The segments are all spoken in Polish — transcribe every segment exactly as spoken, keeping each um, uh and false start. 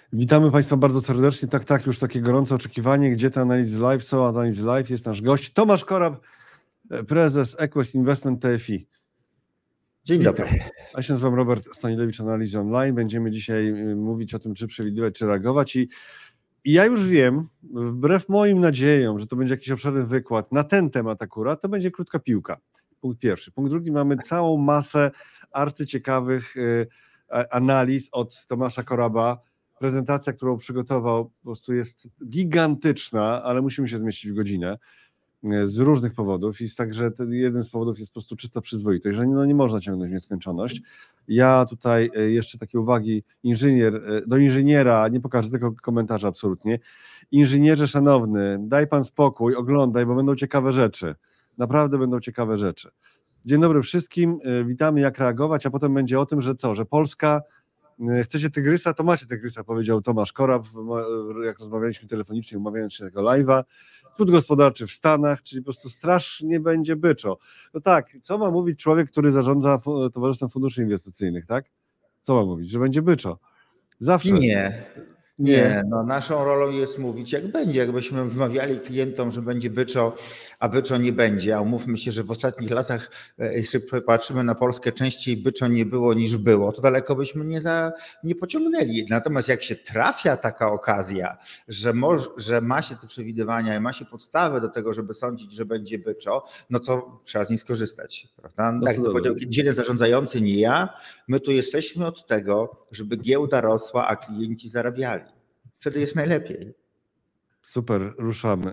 Witamy Państwa bardzo serdecznie. Tak, tak, już takie gorące oczekiwanie. Gdzie te analizy live są? Analizy live, jest nasz gość Tomasz Korab, prezes Equest Investment T F I. Dzień dobry. Ja się nazywam Robert Stanilewicz, Analizy Online. Będziemy dzisiaj mówić o tym, czy przewidywać, czy reagować. I, I ja już wiem, wbrew moim nadziejom, że to będzie jakiś obszerny wykład na ten temat akurat, to będzie krótka piłka. Punkt pierwszy. Punkt drugi, mamy całą masę arcyciekawych y, analiz od Tomasza Koraba. Prezentacja, którą przygotował, po prostu jest gigantyczna, ale musimy się zmieścić w godzinę z różnych powodów. I także ten jeden z powodów jest po prostu czysta przyzwoitość, że no nie można ciągnąć w nieskończoność. Ja tutaj jeszcze takie uwagi, inżynier, do inżyniera, nie pokażę tego komentarza absolutnie. Inżynierze szanowny, daj pan spokój, oglądaj, bo będą ciekawe rzeczy. Naprawdę będą ciekawe rzeczy. Dzień dobry wszystkim, witamy, jak reagować, a potem będzie o tym, że co, że Polska... Chcecie tygrysa, to macie tygrysa, powiedział Tomasz Korab, jak rozmawialiśmy telefonicznie, umawiając się tego live'a. Cud gospodarczy w Stanach, czyli po prostu strasznie będzie byczo. No tak, co ma mówić człowiek, który zarządza Towarzystwem Funduszy Inwestycyjnych, tak? Co ma mówić, że będzie byczo? Zawsze. Nie. Nie, no naszą rolą jest mówić, jak będzie. Jakbyśmy wmawiali klientom, że będzie byczo, a byczo nie będzie, a umówmy się, że w ostatnich latach, jeśli patrzymy na Polskę, częściej byczo nie było niż było, to daleko byśmy nie, za, nie pociągnęli. Natomiast jak się trafia taka okazja, że, moż, że ma się te przewidywania i ma się podstawę do tego, żeby sądzić, że będzie byczo, no to trzeba z nich skorzystać. Prawda? No tak to powiedział dzielny zarządzający, nie ja. My tu jesteśmy od tego, żeby giełda rosła, a klienci zarabiali. Wtedy jest najlepiej. Super, ruszamy.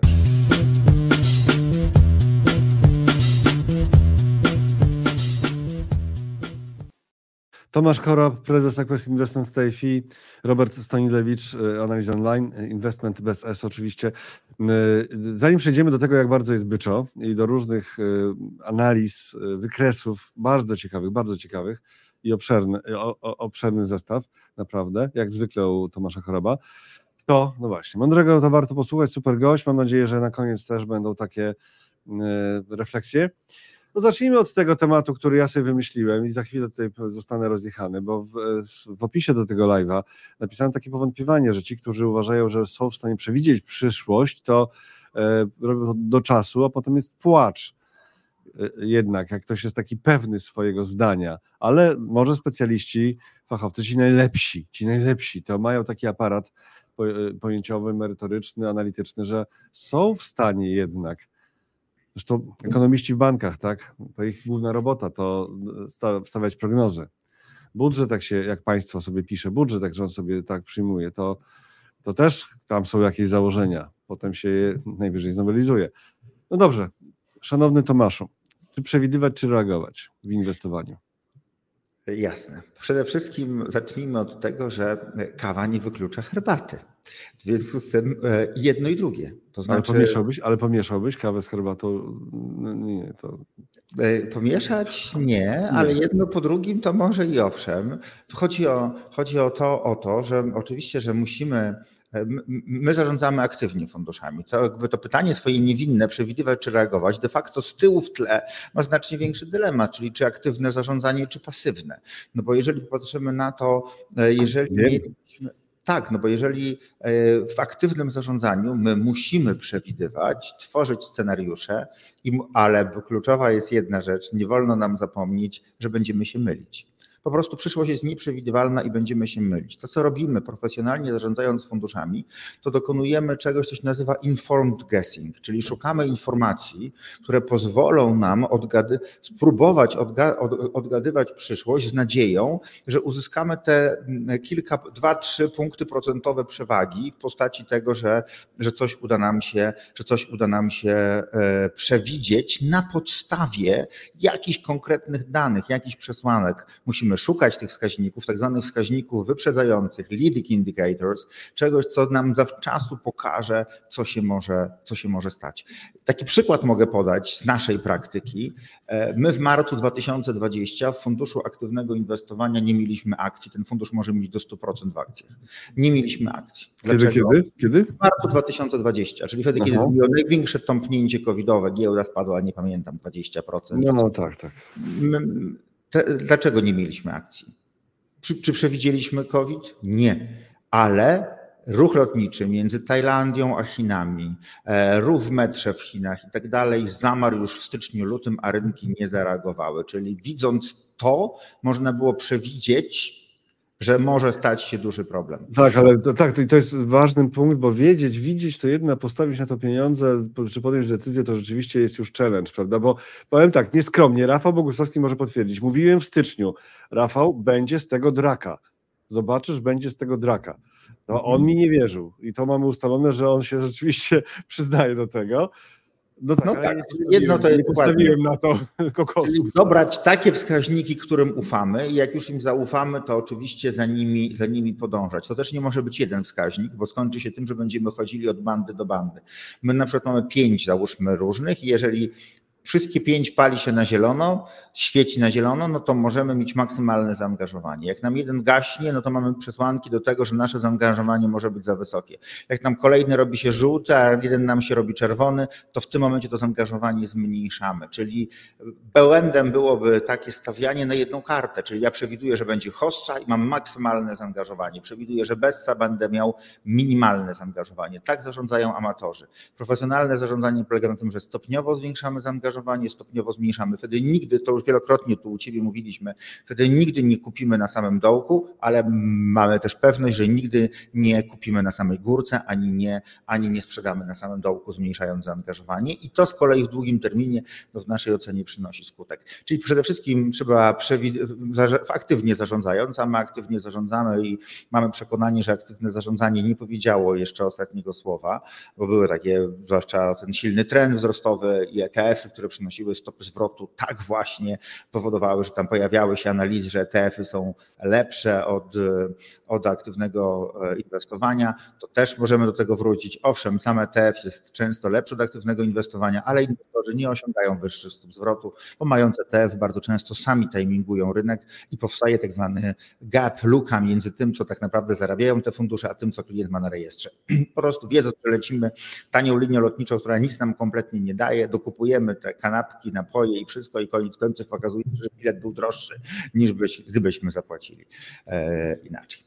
Tomasz Korab, prezes Equest Investment T F I, Robert Stanilewicz, Analizy Online, Investment bez S oczywiście. Zanim przejdziemy do tego, jak bardzo jest byczo i do różnych analiz, wykresów, bardzo ciekawych, bardzo ciekawych i obszerny, obszerny zestaw, naprawdę, jak zwykle u Tomasza Koraba, to, no właśnie, mądrego to warto posłuchać, super gość, mam nadzieję, że na koniec też będą takie y, refleksje. No zacznijmy od tego tematu, który ja sobie wymyśliłem i za chwilę tutaj zostanę rozjechany, bo w, w opisie do tego live'a napisałem takie powątpiewanie, że ci, którzy uważają, że są w stanie przewidzieć przyszłość, to y, robią to do czasu, a potem jest płacz. Y, jednak, jak ktoś jest taki pewny swojego zdania, ale może specjaliści, fachowcy, ci najlepsi, ci najlepsi, to mają taki aparat pojęciowy, merytoryczny, analityczny, że są w stanie jednak, zresztą ekonomiści w bankach, tak, to ich główna robota to stawiać prognozy. Budżet, jak się, jak państwo sobie pisze, budżet, jak rząd sobie tak przyjmuje, to, to też tam są jakieś założenia, potem się je najwyżej znowelizuje. No dobrze, szanowny Tomaszu, czy przewidywać, czy reagować w inwestowaniu? Jasne. Przede wszystkim zacznijmy od tego, że kawa nie wyklucza herbaty. W związku z tym jedno i drugie. To znaczy... ale, pomieszałbyś, ale pomieszałbyś kawę z herbatą? No nie, to... Pomieszać nie, ale jedno po drugim to może i owszem. Chodzi o, chodzi o to, o to, że oczywiście, że musimy... My zarządzamy aktywnie funduszami. To jakby to pytanie twoje niewinne, przewidywać czy reagować, de facto z tyłu w tle ma znacznie większy dylemat, czyli czy aktywne zarządzanie, czy pasywne. No bo jeżeli popatrzymy na to, jeżeli mieliśmy... Tak, no bo jeżeli w aktywnym zarządzaniu my musimy przewidywać, tworzyć scenariusze, ale kluczowa jest jedna rzecz, nie wolno nam zapomnieć, że będziemy się mylić. Po prostu przyszłość jest nieprzewidywalna i będziemy się mylić. To, co robimy profesjonalnie zarządzając funduszami, to dokonujemy czegoś, co się nazywa informed guessing, czyli szukamy informacji, które pozwolą nam odgady- spróbować odga- od- odgadywać przyszłość z nadzieją, że uzyskamy te kilka, dwa, trzy punkty procentowe przewagi w postaci tego, że, że coś uda nam się, że coś uda nam się e, przewidzieć na podstawie jakichś konkretnych danych, jakichś przesłanek. Musimy szukać tych wskaźników, tak zwanych wskaźników wyprzedzających, leading indicators, czegoś, co nam zawczasu pokaże, co się może, co się może stać. Taki przykład mogę podać z naszej praktyki. My w marcu dwa tysiące dwudziestym w Funduszu Aktywnego Inwestowania nie mieliśmy akcji. Ten fundusz może mieć do stu procent w akcjach. Nie mieliśmy akcji. Dlaczego? Kiedy? Kiedy? W marcu dwa tysiące dwudziestym, czyli wtedy, Aha. kiedy było największe tąpnięcie covidowe, giełda spadła, nie pamiętam, dwadzieścia procent. No, no tak, tak. My, Te, dlaczego nie mieliśmy akcji? Czy, czy przewidzieliśmy COVID? Nie. ale ruch lotniczy między Tajlandią a Chinami, ruch w metrze w Chinach i tak dalej zamarł już w styczniu, lutym, a rynki nie zareagowały. Czyli widząc to, można było przewidzieć, że może stać się duży problem. Tak, ale to, tak, to, to jest ważny punkt, bo wiedzieć, widzieć to jedno, postawić na to pieniądze, czy podjąć decyzję, to rzeczywiście jest już challenge, prawda? Bo powiem tak, nieskromnie, Rafał Bogusławski może potwierdzić. Mówiłem w styczniu, Rafał, będzie z tego draka. Zobaczysz, będzie z tego draka. No, on mi nie wierzył i to mamy ustalone, że on się rzeczywiście przyznaje do tego. No tak, no ale tak, nie jedno to jest nie postawiłem na to kokosów. Czyli dobrać takie wskaźniki, którym ufamy i jak już im zaufamy, to oczywiście za nimi, za nimi podążać. To też nie może być jeden wskaźnik, bo skończy się tym, że będziemy chodzili od bandy do bandy. My na przykład mamy pięć, załóżmy, różnych i jeżeli wszystkie pięć pali się na zielono, świeci na zielono, no to możemy mieć maksymalne zaangażowanie. Jak nam jeden gaśnie, no to mamy przesłanki do tego, że nasze zaangażowanie może być za wysokie. Jak nam kolejny robi się żółty, a jeden nam się robi czerwony, to w tym momencie to zaangażowanie zmniejszamy. Czyli błędem byłoby takie stawianie na jedną kartę, czyli ja przewiduję, że będzie hossa i mam maksymalne zaangażowanie. Przewiduję, że bessa będę miał minimalne zaangażowanie. Tak zarządzają amatorzy. Profesjonalne zarządzanie polega na tym, że stopniowo zwiększamy zaangażowanie, stopniowo zmniejszamy. Wtedy nigdy, to już wielokrotnie tu u Ciebie mówiliśmy, wtedy nigdy nie kupimy na samym dołku, ale mamy też pewność, że nigdy nie kupimy na samej górce, ani nie, ani nie sprzedamy na samym dołku, zmniejszając zaangażowanie i to z kolei w długim terminie no w naszej ocenie przynosi skutek. Czyli przede wszystkim trzeba przewid- aktywnie zarządzając, a my aktywnie zarządzamy i mamy przekonanie, że aktywne zarządzanie nie powiedziało jeszcze ostatniego słowa, bo były takie, zwłaszcza ten silny trend wzrostowy i E T F-y, które przynosiły stopy zwrotu, tak właśnie powodowały, że tam pojawiały się analizy, że E T F-y są lepsze od, od aktywnego inwestowania. To też możemy do tego wrócić. Owszem, sam E T F jest często lepszy od aktywnego inwestowania, ale inwestorzy nie osiągają wyższych stóp zwrotu, bo mając E T F bardzo często sami timingują rynek i powstaje tak zwany gap, luka między tym, co tak naprawdę zarabiają te fundusze, a tym, co klient ma na rejestrze. Po prostu wiedząc, że lecimy tanią linią lotniczą, która nic nam kompletnie nie daje, dokupujemy te kanapki, napoje i wszystko i koniec końców okazuje się, że bilet był droższy niż byś, gdybyśmy zapłacili e, inaczej.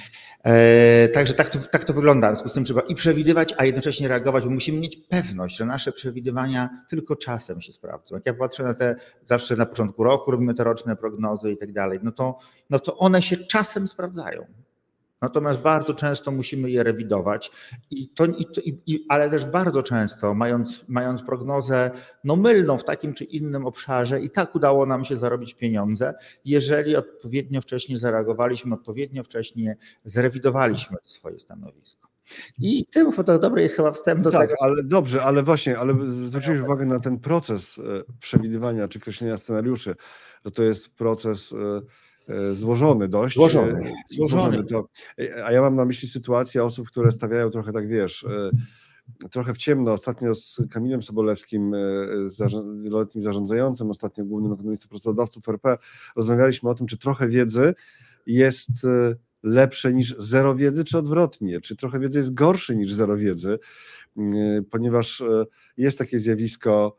E, także tak to, tak to wygląda. W związku z tym trzeba i przewidywać, a jednocześnie reagować, bo musimy mieć pewność, że nasze przewidywania tylko czasem się sprawdzą. Jak ja patrzę na te, zawsze na początku roku robimy te roczne prognozy i tak dalej, no to, no to one się czasem sprawdzają. Natomiast bardzo często musimy je rewidować, i to, i to, i, ale też bardzo często, mając, mając prognozę no mylną w takim czy innym obszarze, i tak udało nam się zarobić pieniądze, jeżeli odpowiednio wcześnie zareagowaliśmy, odpowiednio wcześnie zrewidowaliśmy swoje stanowisko. I tym to dobry jest chyba wstęp do tak, tego. Ale dobrze, ale właśnie, ale zwróciłeś uwagę na ten proces przewidywania czy kreślenia scenariuszy, że to jest proces złożony dość. Złożony. Złożony. To, a ja mam na myśli sytuację osób, które stawiają trochę tak, wiesz, trochę w ciemno. Ostatnio z Kamilem Sobolewskim, wieloletnim zarządzającym, ostatnio głównym ekonomistą pracodawców R P, rozmawialiśmy o tym, czy trochę wiedzy jest lepsze niż zero wiedzy, czy odwrotnie, czy trochę wiedzy jest gorszy niż zero wiedzy, ponieważ jest takie zjawisko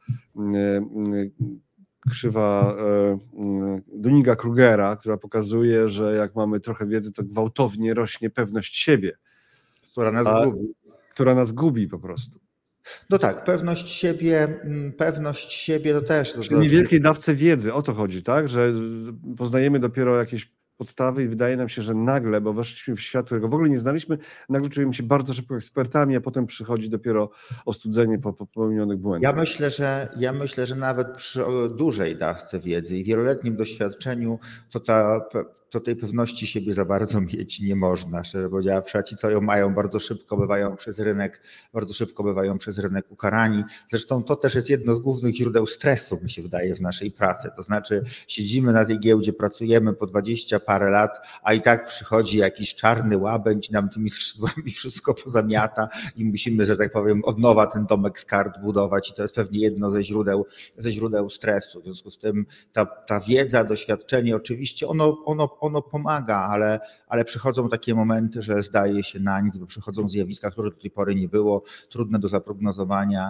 krzywa Dunninga-Krugera, która pokazuje, że jak mamy trochę wiedzy, to gwałtownie rośnie pewność siebie. Która nas a, gubi. Która nas gubi po prostu. No tak, pewność siebie, pewność siebie to też. To Przy znaczy... niewielkiej dawce wiedzy, o to chodzi, tak? Że poznajemy dopiero jakieś podstawy i wydaje nam się, że nagle, bo weszliśmy w świat, którego w ogóle nie znaliśmy, nagle czujemy się bardzo szybko ekspertami, a potem przychodzi dopiero ostudzenie po popełnionych błędach. Ja myślę, że ja myślę, że nawet przy dużej dawce wiedzy i wieloletnim doświadczeniu to ta to tej pewności siebie za bardzo mieć nie można, szczerze powiedziawszy, a ci, co ją mają, bardzo szybko bywają przez rynek, bardzo szybko bywają przez rynek ukarani. Zresztą to też jest jedno z głównych źródeł stresu, mi się wydaje, w naszej pracy. To znaczy siedzimy na tej giełdzie, pracujemy po dwadzieścia parę lat, a i tak przychodzi jakiś czarny łabędź, nam tymi skrzydłami wszystko pozamiata i musimy, że tak powiem, od nowa ten domek z kart budować i to jest pewnie jedno ze źródeł, ze źródeł stresu. W związku z tym ta, ta wiedza, doświadczenie, oczywiście ono, ono ono pomaga, ale, ale przychodzą takie momenty, że zdaje się na nic, bo przychodzą zjawiska, których do tej pory nie było, trudne do zaprognozowania,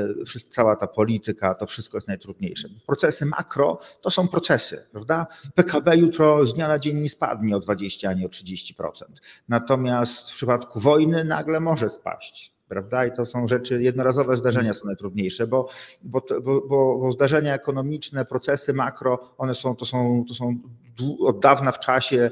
cała ta polityka, to wszystko jest najtrudniejsze. Procesy makro to są procesy, prawda? P K B jutro z dnia na dzień nie spadnie o dwadzieścia ani o trzydzieści procent. Natomiast w przypadku wojny nagle może spaść. Prawda? I to są rzeczy, jednorazowe zdarzenia są najtrudniejsze, bo, bo, bo, bo zdarzenia ekonomiczne, procesy makro, one są, to są, to są od dawna w czasie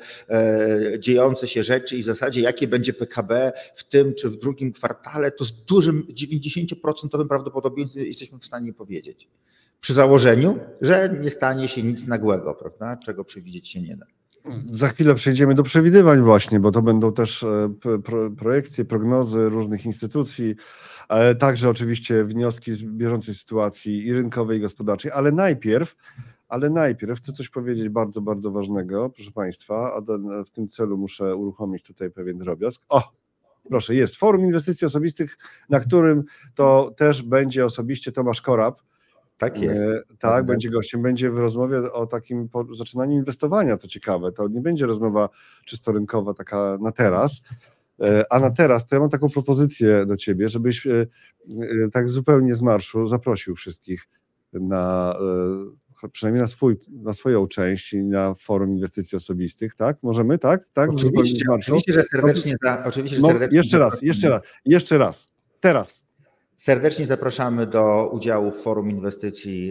e, dziejące się rzeczy i w zasadzie jakie będzie P K B w tym czy w drugim kwartale, to z dużym dziewięćdziesiąt procent prawdopodobieństwem jesteśmy w stanie powiedzieć. Przy założeniu, że nie stanie się nic nagłego, prawda? Czego przewidzieć się nie da. Za chwilę przejdziemy do przewidywań właśnie, bo to będą też pro, projekcje, prognozy różnych instytucji, ale także oczywiście wnioski z bieżącej sytuacji i rynkowej, i gospodarczej, ale najpierw, ale najpierw chcę coś powiedzieć bardzo, bardzo ważnego, proszę Państwa, a w tym celu muszę uruchomić tutaj pewien drobiazg. O, proszę, jest Forum Inwestycji Osobistych, na którym to też będzie osobiście Tomasz Korab. Tak jest. E, tak, będzie gościem, będzie w rozmowie o takim zaczynaniu inwestowania, to ciekawe, to nie będzie rozmowa czysto rynkowa taka na teraz, e, a na teraz to ja mam taką propozycję do Ciebie, żebyś e, e, tak zupełnie z marszu zaprosił wszystkich na, e, przynajmniej na, swój, na swoją część i na Forum Inwestycji Osobistych, tak? Możemy, tak? tak? Oczywiście, oczywiście, że serdecznie, za, oczywiście, że no, serdecznie jeszcze raz, jeszcze raz, jeszcze raz, teraz. Serdecznie zapraszamy do udziału w Forum Inwestycji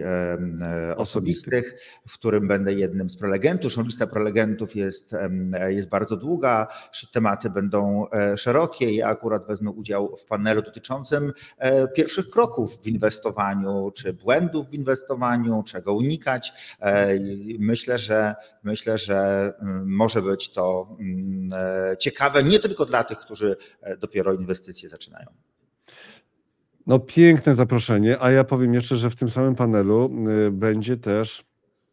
Osobistych, w którym będę jednym z prelegentów. Lista prelegentów jest, jest bardzo długa, tematy będą szerokie. Ja akurat wezmę udział w panelu dotyczącym pierwszych kroków w inwestowaniu, czy błędów w inwestowaniu, czego unikać. Myślę, że myślę, że może być to ciekawe nie tylko dla tych, którzy dopiero inwestycje zaczynają. No piękne zaproszenie, a ja powiem jeszcze, że w tym samym panelu będzie też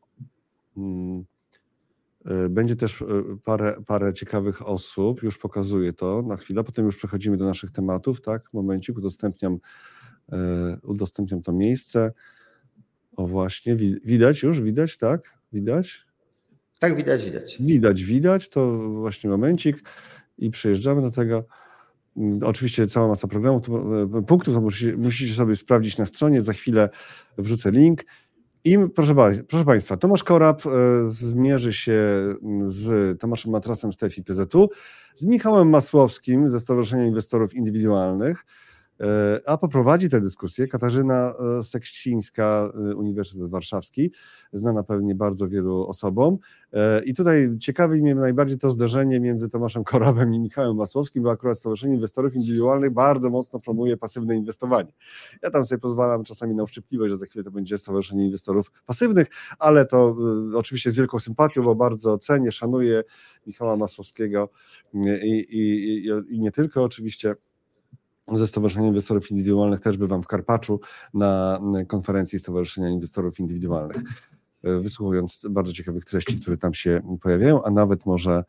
będzie też parę, parę ciekawych osób, już pokazuję to na chwilę, potem już przechodzimy do naszych tematów, tak, momencik, udostępniam, udostępniam to miejsce, o właśnie, widać już, widać, tak, widać? Tak, widać, widać. Widać, widać, to właśnie momencik i przejeżdżamy do tego. Oczywiście cała masa programów, punktów, to musicie sobie sprawdzić na stronie, za chwilę wrzucę link. I proszę, proszę Państwa, Tomasz Korab zmierzy się z Tomaszem Matrasem z T F I P Z U, z Michałem Masłowskim ze Stowarzyszenia Inwestorów Indywidualnych, a poprowadzi tę dyskusję Katarzyna Seksińska, Uniwersytet Warszawski, znana pewnie bardzo wielu osobom. I tutaj ciekawi mnie najbardziej to zderzenie między Tomaszem Korabem i Michałem Masłowskim, bo akurat Stowarzyszenie Inwestorów Indywidualnych bardzo mocno promuje pasywne inwestowanie. Ja tam sobie pozwalam czasami na uszczypliwość, że za chwilę to będzie Stowarzyszenie Inwestorów Pasywnych, ale to oczywiście z wielką sympatią, bo bardzo cenię, szanuję Michała Masłowskiego i, i, i, i nie tylko oczywiście. Ze Stowarzyszenia Inwestorów Indywidualnych też bywam w Karpaczu na konferencji Stowarzyszenia Inwestorów Indywidualnych, wysłuchując bardzo ciekawych treści, które tam się pojawiają, a nawet może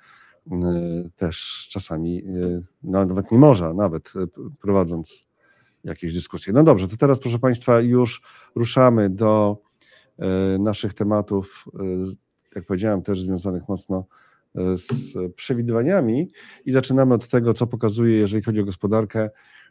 też czasami, no nawet nie może, a nawet prowadząc jakieś dyskusje. No dobrze, to teraz proszę Państwa już ruszamy do naszych tematów, jak powiedziałem, też związanych mocno z przewidywaniami i zaczynamy od tego, co pokazuje, jeżeli chodzi o gospodarkę,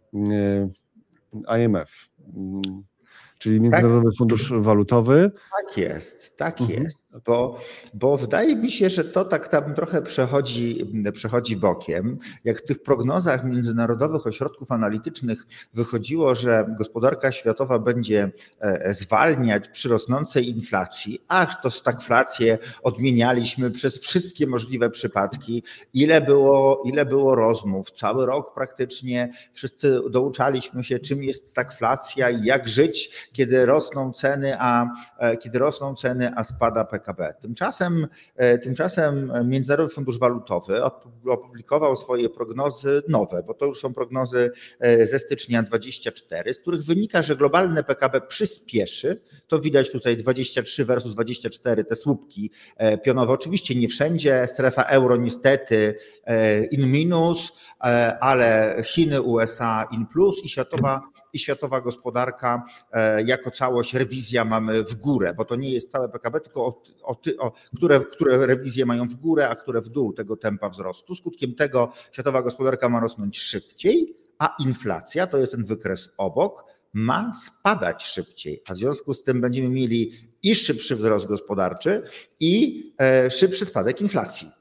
I M F, czyli Międzynarodowy tak? Fundusz Walutowy. Tak jest, tak mhm. jest, bo, bo wydaje mi się, że to tak tam trochę przechodzi, przechodzi bokiem. Jak w tych prognozach międzynarodowych ośrodków analitycznych wychodziło, że gospodarka światowa będzie zwalniać przy rosnącej inflacji, ach, to stagflację odmienialiśmy przez wszystkie możliwe przypadki. Ile było, ile było rozmów, cały rok praktycznie wszyscy douczaliśmy się, czym jest stagflacja i jak żyć, kiedy rosną ceny, a kiedy rosną ceny, a spada P K B. Tymczasem, tymczasem Międzynarodowy Fundusz Walutowy opublikował swoje prognozy nowe, bo to już są prognozy ze stycznia dwudziestego czwartego, z których wynika, że globalne P K B przyspieszy. To widać tutaj dwadzieścia trzy versus dwadzieścia cztery, te słupki pionowe. Oczywiście nie wszędzie, strefa euro niestety in minus, ale Chiny, U S A in plus i światowa i światowa gospodarka jako całość, rewizja mamy w górę, bo to nie jest całe P K B, tylko o, o, o, które, które rewizje mają w górę, a które w dół tego tempa wzrostu. Skutkiem tego światowa gospodarka ma rosnąć szybciej, a inflacja, to jest ten wykres obok, ma spadać szybciej, a w związku z tym będziemy mieli i szybszy wzrost gospodarczy, i szybszy spadek inflacji.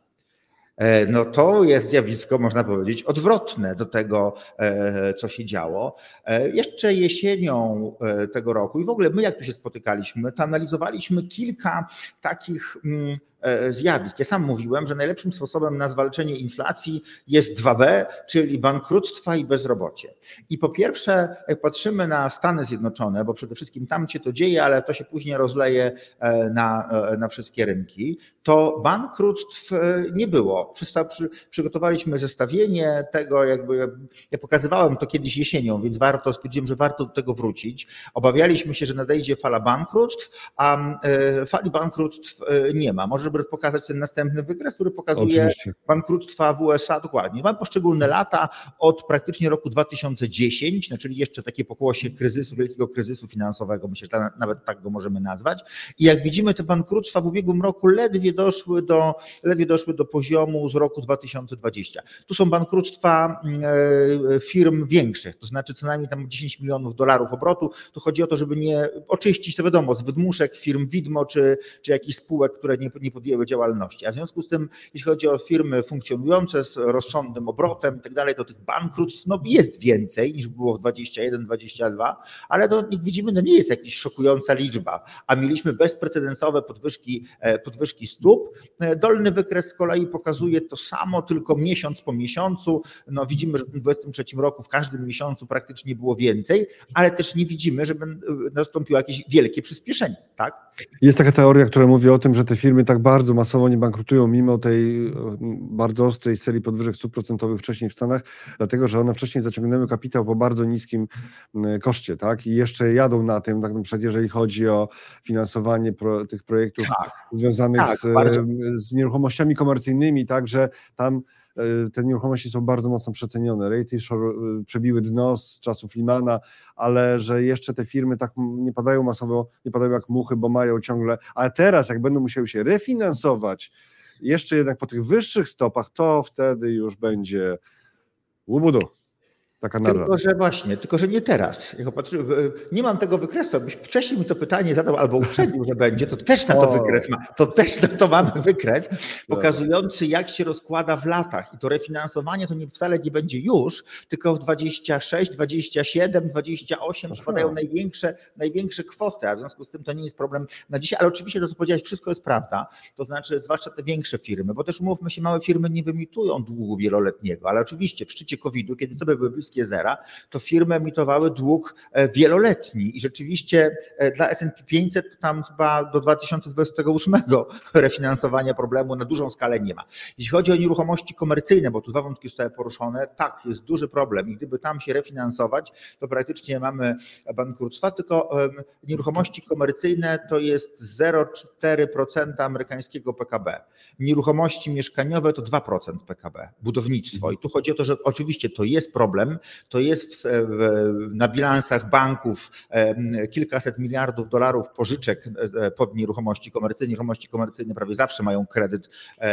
No to jest zjawisko, można powiedzieć, odwrotne do tego, co się działo. Jeszcze jesienią tego roku i w ogóle my, jak tu się spotykaliśmy, to analizowaliśmy kilka takich zjawisk. Ja sam mówiłem, że najlepszym sposobem na zwalczenie inflacji jest dwa B, czyli bankructwa i bezrobocie. I po pierwsze, jak patrzymy na Stany Zjednoczone, bo przede wszystkim tam się to dzieje, ale to się później rozleje na, na wszystkie rynki, to bankructw nie było. Przygotowaliśmy zestawienie tego, jakby ja pokazywałem to kiedyś jesienią, więc warto, stwierdziłem, że warto do tego wrócić. Obawialiśmy się, że nadejdzie fala bankructw, a fali bankructw nie ma. Może żeby pokazać ten następny wykres, który pokazuje Oczywiście. bankructwa w U S A dokładnie. Mamy poszczególne lata od praktycznie roku dwa tysiące dziesięć, no czyli jeszcze takie pokłosie kryzysu, wielkiego kryzysu finansowego, myślę, że nawet tak go możemy nazwać. I jak widzimy, te bankructwa w ubiegłym roku ledwie doszły do, ledwie doszły do poziomu z roku dwa tysiące dwudziestego. Tu są bankructwa firm większych, to znaczy co najmniej tam dziesięć milionów dolarów obrotu. Tu chodzi o to, żeby nie oczyścić, to wiadomo, z wydmuszek firm widmo, czy, czy jakichś spółek, które nie, nie podjęły działalności. A w związku z tym, jeśli chodzi o firmy funkcjonujące z rozsądnym obrotem i tak dalej, to tych bankructw no, jest więcej niż było w dwudziestym pierwszym dwudziestym drugim, ale no, jak widzimy, no, nie jest jakaś szokująca liczba, a mieliśmy bezprecedensowe podwyżki, podwyżki stóp. Dolny wykres z kolei pokazuje to samo, tylko miesiąc po miesiącu. No, widzimy, że w dwudziestym trzecim roku w każdym miesiącu praktycznie było więcej, ale też nie widzimy, żeby nastąpiło jakieś wielkie przyspieszenie. Tak? Jest taka teoria, która mówi o tym, że te firmy tak bardzo masowo nie bankrutują mimo tej bardzo ostrej serii podwyżek stóp procentowych wcześniej w Stanach, dlatego że one wcześniej zaciągnęły kapitał po bardzo niskim koszcie, tak? I jeszcze jadą na tym, tak na przykład jeżeli chodzi o finansowanie pro, tych projektów tak, związanych tak, z, z nieruchomościami komercyjnymi, tak, że tam te nieruchomości są bardzo mocno przecenione. Raty przebiły dno z czasów Lehmana, ale że jeszcze te firmy tak nie padają masowo, nie padają jak muchy, bo mają ciągle, a teraz jak będą musiały się refinansować jeszcze jednak po tych wyższych stopach, to wtedy już będzie łubudu. Taka narracja. Tylko, że właśnie, tylko, że nie teraz. Jak opatrzy, nie mam tego wykresu. Jakbyś wcześniej mi to pytanie zadał albo uprzedził, że będzie, to też na to wykres ma. To też na to mamy wykres pokazujący, jak się rozkłada w latach. I to refinansowanie to nie, wcale nie będzie już, tylko w dwudziestym szóstym, dwudziestym siódmym, dwudziestym ósmym przypadają największe, największe kwoty, a w związku z tym to nie jest problem na dzisiaj. Ale oczywiście to, co powiedziałeś, wszystko jest prawda. To znaczy, zwłaszcza te większe firmy, bo też umówmy się, małe firmy nie wyemitują długu wieloletniego, ale oczywiście w szczycie kowidu, kiedy sobie były bliskie zera, to firmy emitowały dług wieloletni i rzeczywiście dla S and P pięćset to tam chyba do dwa tysiące dwudziestego ósmego refinansowania problemu na dużą skalę nie ma. Jeśli chodzi o nieruchomości komercyjne, bo tu dwa wątki zostały poruszone, tak, jest duży problem i gdyby tam się refinansować, to praktycznie mamy bankructwa, tylko nieruchomości komercyjne to jest zero przecinek cztery procent amerykańskiego P K B. Nieruchomości mieszkaniowe to dwa procent P K B, budownictwo. I tu chodzi o to, że oczywiście to jest problem, to jest w, w, na bilansach banków kilkaset miliardów dolarów pożyczek pod nieruchomości komercyjne. Nieruchomości komercyjne prawie zawsze mają kredyt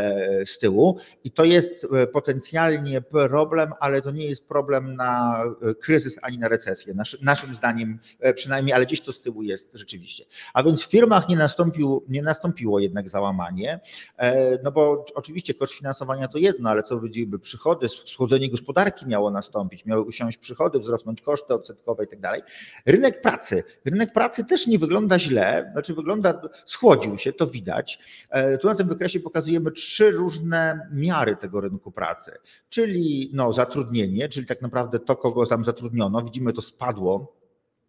z tyłu i to jest potencjalnie problem, ale to nie jest problem na kryzys ani na recesję. Nasz, naszym zdaniem przynajmniej, ale gdzieś to z tyłu jest rzeczywiście. A więc w firmach nie, nastąpił, nie nastąpiło jednak załamanie, no bo oczywiście koszt finansowania to jedno, ale co by przychody, schłodzenie gospodarki miało nastąpić, miały usiąść przychody, wzrosnąć koszty odsetkowe i tak dalej. Rynek pracy. Rynek pracy też nie wygląda źle, znaczy wygląda, schłodził się, to widać. Tu na tym wykresie pokazujemy trzy różne miary tego rynku pracy, czyli no, zatrudnienie, czyli tak naprawdę to, kogo tam zatrudniono, widzimy to spadło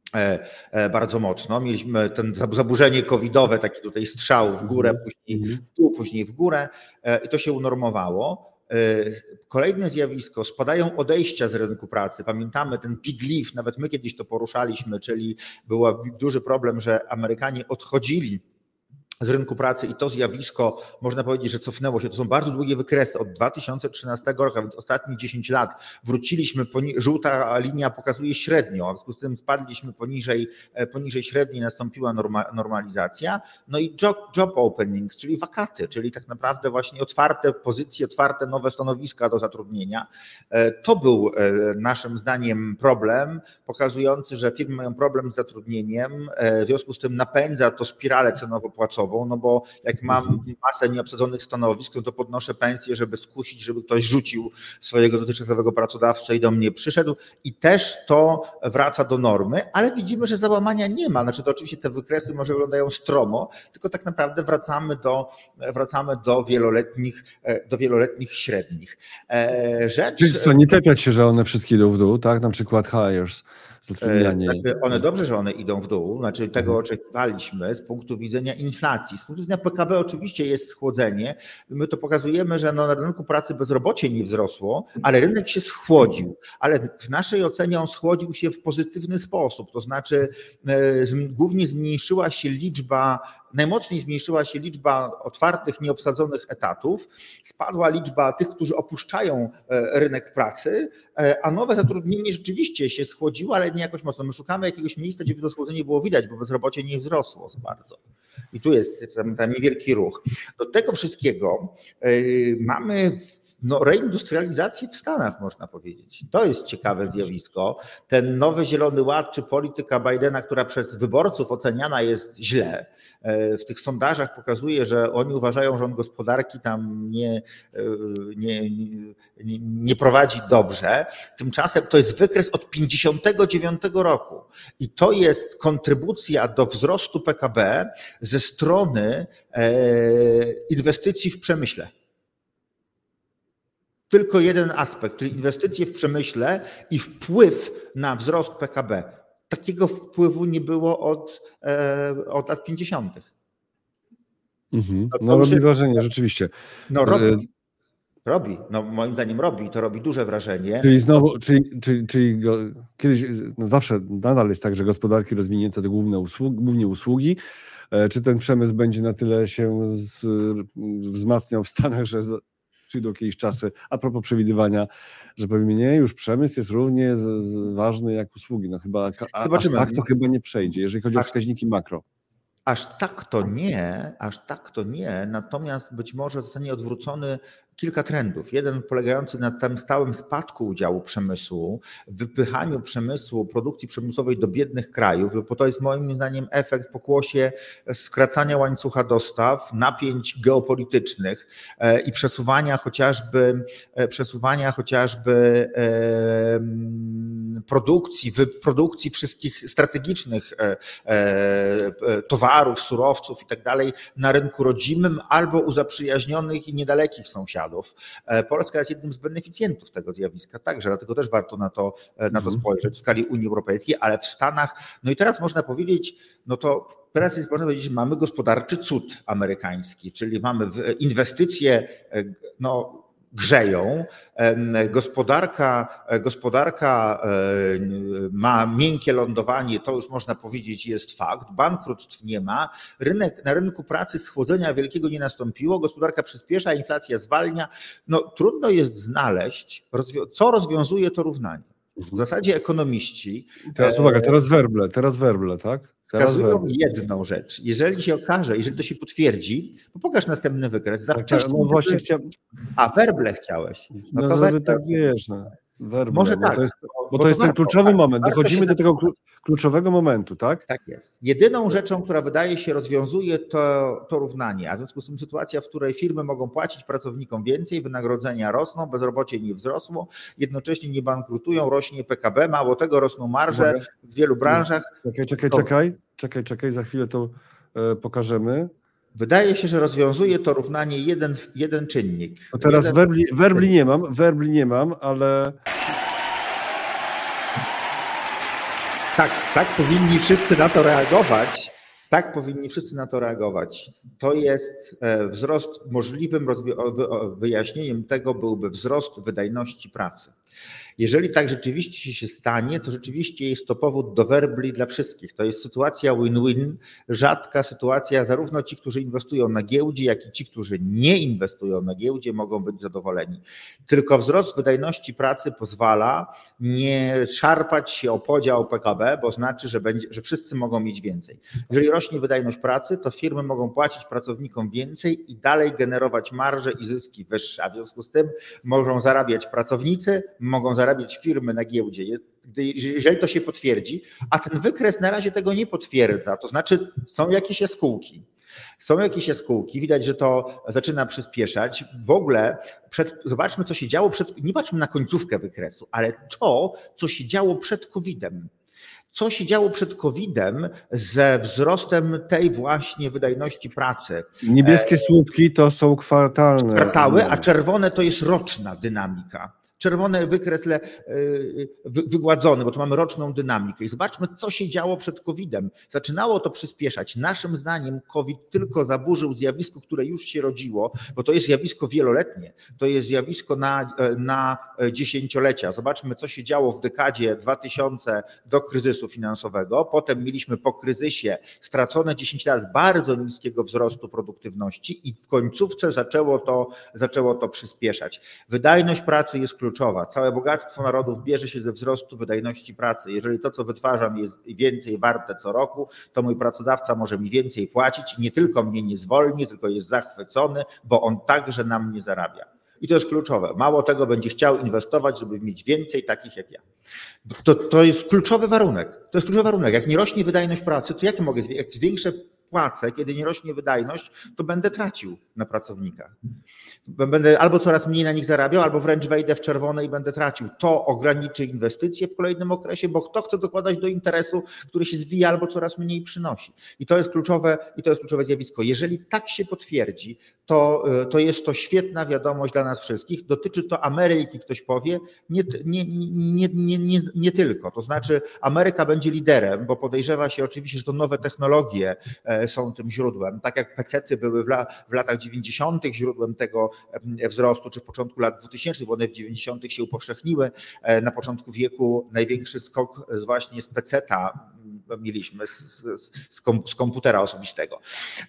bardzo mocno. Mieliśmy ten zaburzenie covidowe, taki tutaj strzał w górę, później w dół, później w górę i to się unormowało. Kolejne zjawisko, spadają odejścia z rynku pracy. Pamiętamy ten pig leave, nawet my kiedyś to poruszaliśmy, czyli był duży problem, że Amerykanie odchodzili z rynku pracy i to zjawisko, można powiedzieć, że cofnęło się. To są bardzo długie wykresy od dwa tysiące trzynastego roku, a więc ostatnie dziesięć lat. Wróciliśmy, żółta linia pokazuje średnią, a w związku z tym spadliśmy poniżej, poniżej średniej, nastąpiła norma, normalizacja. No i job, job openings, czyli wakaty, czyli tak naprawdę właśnie otwarte pozycje, otwarte nowe stanowiska do zatrudnienia. To był naszym zdaniem problem, pokazujący, że firmy mają problem z zatrudnieniem, w związku z tym napędza to spiralę cenowo-płacową, no bo jak mam masę nieobsadzonych stanowisk, no to podnoszę pensję, żeby skusić, żeby ktoś rzucił swojego dotychczasowego pracodawcę i do mnie przyszedł i też to wraca do normy, ale widzimy, że załamania nie ma. Znaczy to oczywiście te wykresy może wyglądają stromo, tylko tak naprawdę wracamy do, wracamy do wieloletnich, do wieloletnich średnich. Rzecz... Czyli co, nie czepiać się, że one wszystkie idą w dół, tak? Na przykład hires. Znaczy one dobrze, że one idą w dół, znaczy tego oczekiwaliśmy z punktu widzenia inflacji. Z punktu widzenia P K B oczywiście jest schłodzenie. My to pokazujemy, że no na rynku pracy bezrobocie nie wzrosło, ale rynek się schłodził. Ale w naszej ocenie on schłodził się w pozytywny sposób. To znaczy głównie zmniejszyła się liczba, najmocniej zmniejszyła się liczba otwartych, nieobsadzonych etatów. Spadła liczba tych, którzy opuszczają rynek pracy, a nowe zatrudnienie rzeczywiście się schłodziło, ale nie jakoś mocno. My szukamy jakiegoś miejsca, gdzie by to schłodzenie było widać, bo bezrobocie nie wzrosło za bardzo. I tu jest tam, tam niewielki ruch. Do tego wszystkiego yy, mamy no, reindustrializację w Stanach, można powiedzieć. To jest ciekawe zjawisko. Ten nowy Zielony Ład czy polityka Bidena, która przez wyborców oceniana jest źle, w tych sondażach pokazuje, że oni uważają, że on gospodarki tam nie, nie, nie, nie prowadzi dobrze. Tymczasem to jest wykres od pięćdziesiątego dziewiątego roku i to jest kontrybucja do wzrostu P K B ze strony inwestycji w przemyśle. Tylko jeden aspekt, czyli inwestycje w przemyśle i wpływ na wzrost P K B. Takiego wpływu nie było od, od lat pięćdziesiątych. Mhm. No, no robi się, wrażenie, rzeczywiście. No robi, robi, no moim zdaniem robi, to robi duże wrażenie. Czyli znowu, czyli, czyli, czyli go, kiedyś, no zawsze nadal jest tak, że gospodarki rozwinięte to główne usługi, głównie usługi. Czy ten przemysł będzie na tyle się z, wzmacniał w Stanach, że z, przyjdą jakieś czasy, a propos przewidywania, że powiemy, nie, już przemysł jest równie z, z ważny jak usługi. No chyba, a, aż tak to chyba nie przejdzie, jeżeli chodzi o wskaźniki makro. Aż tak to nie, aż tak to nie, natomiast być może zostanie odwrócony kilka trendów. Jeden polegający na tym stałym spadku udziału przemysłu, wypychaniu przemysłu, produkcji przemysłowej do biednych krajów, bo to jest moim zdaniem efekt pokłosie skracania łańcucha dostaw, napięć geopolitycznych i przesuwania chociażby, przesuwania chociażby produkcji, produkcji wszystkich strategicznych towarów, surowców i tak dalej na rynku rodzimym albo u zaprzyjaźnionych i niedalekich sąsiadów. Polska jest jednym z beneficjentów tego zjawiska także, dlatego też warto na to, na to spojrzeć w skali Unii Europejskiej, ale w Stanach, no i teraz można powiedzieć, no to teraz jest, można powiedzieć, że mamy gospodarczy cud amerykański, czyli mamy inwestycje, no grzeją, gospodarka, gospodarka ma miękkie lądowanie, to już można powiedzieć jest fakt, bankructw nie ma, rynek, na rynku pracy schłodzenia wielkiego nie nastąpiło, gospodarka przyspiesza, inflacja zwalnia, no trudno jest znaleźć, co rozwiązuje to równanie. W zasadzie ekonomiści... Teraz uwaga, teraz werble, teraz werble, tak? Wskazują jedną rzecz. Jeżeli się okaże, jeżeli to się potwierdzi, to pokaż następny wykres. Za wcześnie. No właśnie chciałem... A werble chciałeś. No, no to werble... tak wiesz. No. Werble, Może bo tak. To jest, bo, bo to, to jest warto, ten kluczowy tak, moment. Dochodzimy do tego kluczowego momentu, tak? Tak jest. Jedyną rzeczą, która wydaje się rozwiązuje to, to równanie, a w związku z tym sytuacja, w której firmy mogą płacić pracownikom więcej, wynagrodzenia rosną, bezrobocie nie wzrosło, jednocześnie nie bankrutują, rośnie P K B, mało tego rosną marże Mogę? w wielu branżach. Czekaj, czekaj, to... czekaj, czekaj, czekaj, za chwilę to e, pokażemy. Wydaje się, że rozwiązuje to równanie jeden, jeden czynnik. No teraz jeden... werbli, werbli nie mam, werbli nie mam, ale... Tak, tak powinni wszyscy na to reagować. Tak powinni wszyscy na to reagować. To jest wzrost, możliwym wyjaśnieniem tego byłby wzrost wydajności pracy. Jeżeli tak rzeczywiście się stanie, to rzeczywiście jest to powód do werbli dla wszystkich. To jest sytuacja win-win, rzadka sytuacja, zarówno ci, którzy inwestują na giełdzie, jak i ci, którzy nie inwestują na giełdzie, mogą być zadowoleni. Tylko wzrost wydajności pracy pozwala nie szarpać się o podział P K B, bo znaczy, że, będzie, że wszyscy mogą mieć więcej. Jeżeli rośnie wydajność pracy, to firmy mogą płacić pracownikom więcej i dalej generować marże i zyski wyższe, a w związku z tym mogą zarabiać pracownicy, mogą zarabiać firmy na giełdzie. Jeżeli to się potwierdzi, a ten wykres na razie tego nie potwierdza, to znaczy są jakieś jaskółki. Są jakieś jaskółki, widać, że to zaczyna przyspieszać. W ogóle przed, zobaczmy, co się działo przed, nie patrzmy na końcówkę wykresu, ale to, co się działo przed kowidem. Co się działo przed kowidem ze wzrostem tej właśnie wydajności pracy. Niebieskie słupki to są kwartalne. Kwartały, a czerwone to jest roczna dynamika. Czerwony wykres le, wygładzony, bo tu mamy roczną dynamikę. I zobaczmy, co się działo przed kowidem. Zaczynało to przyspieszać. Naszym zdaniem COVID tylko zaburzył zjawisko, które już się rodziło, bo to jest zjawisko wieloletnie. To jest zjawisko na, na dziesięciolecia. Zobaczmy, co się działo w dekadzie dwa tysiące do kryzysu finansowego. Potem mieliśmy po kryzysie stracone dziesięć lat bardzo niskiego wzrostu produktywności i w końcówce zaczęło to, zaczęło to przyspieszać. Wydajność pracy jest kluczowa. Kluczowa. Całe bogactwo narodów bierze się ze wzrostu wydajności pracy. Jeżeli to, co wytwarzam, jest więcej warte co roku, to mój pracodawca może mi więcej płacić i nie tylko mnie nie zwolni, tylko jest zachwycony, bo on także na mnie zarabia. I to jest kluczowe. Mało tego, będzie chciał inwestować, żeby mieć więcej takich jak ja. To, to jest kluczowy warunek. To jest kluczowy warunek. Jak nie rośnie wydajność pracy, to jak mogę, jak zwiększę płacę, kiedy nie rośnie wydajność, to będę tracił na pracownikach. Będę albo coraz mniej na nich zarabiał, albo wręcz wejdę w czerwone i będę tracił. To ograniczy inwestycje w kolejnym okresie, bo kto chce dokładać do interesu, który się zwija albo coraz mniej przynosi. I to jest kluczowe, i to jest kluczowe zjawisko. Jeżeli tak się potwierdzi, to, to jest to świetna wiadomość dla nas wszystkich. Dotyczy to Ameryki, ktoś powie, nie, nie, nie, nie, nie, nie tylko. To znaczy Ameryka będzie liderem, bo podejrzewa się oczywiście, że to nowe technologie są tym źródłem. Tak jak pecety były w, la, w latach dziewięćdziesiątych źródłem tego wzrostu, czy w początku lat dwutysięcznych, bo one w dziewięćdziesiątych się upowszechniły. Na początku wieku największy skok właśnie z peceta mieliśmy, z, z, z komputera osobistego.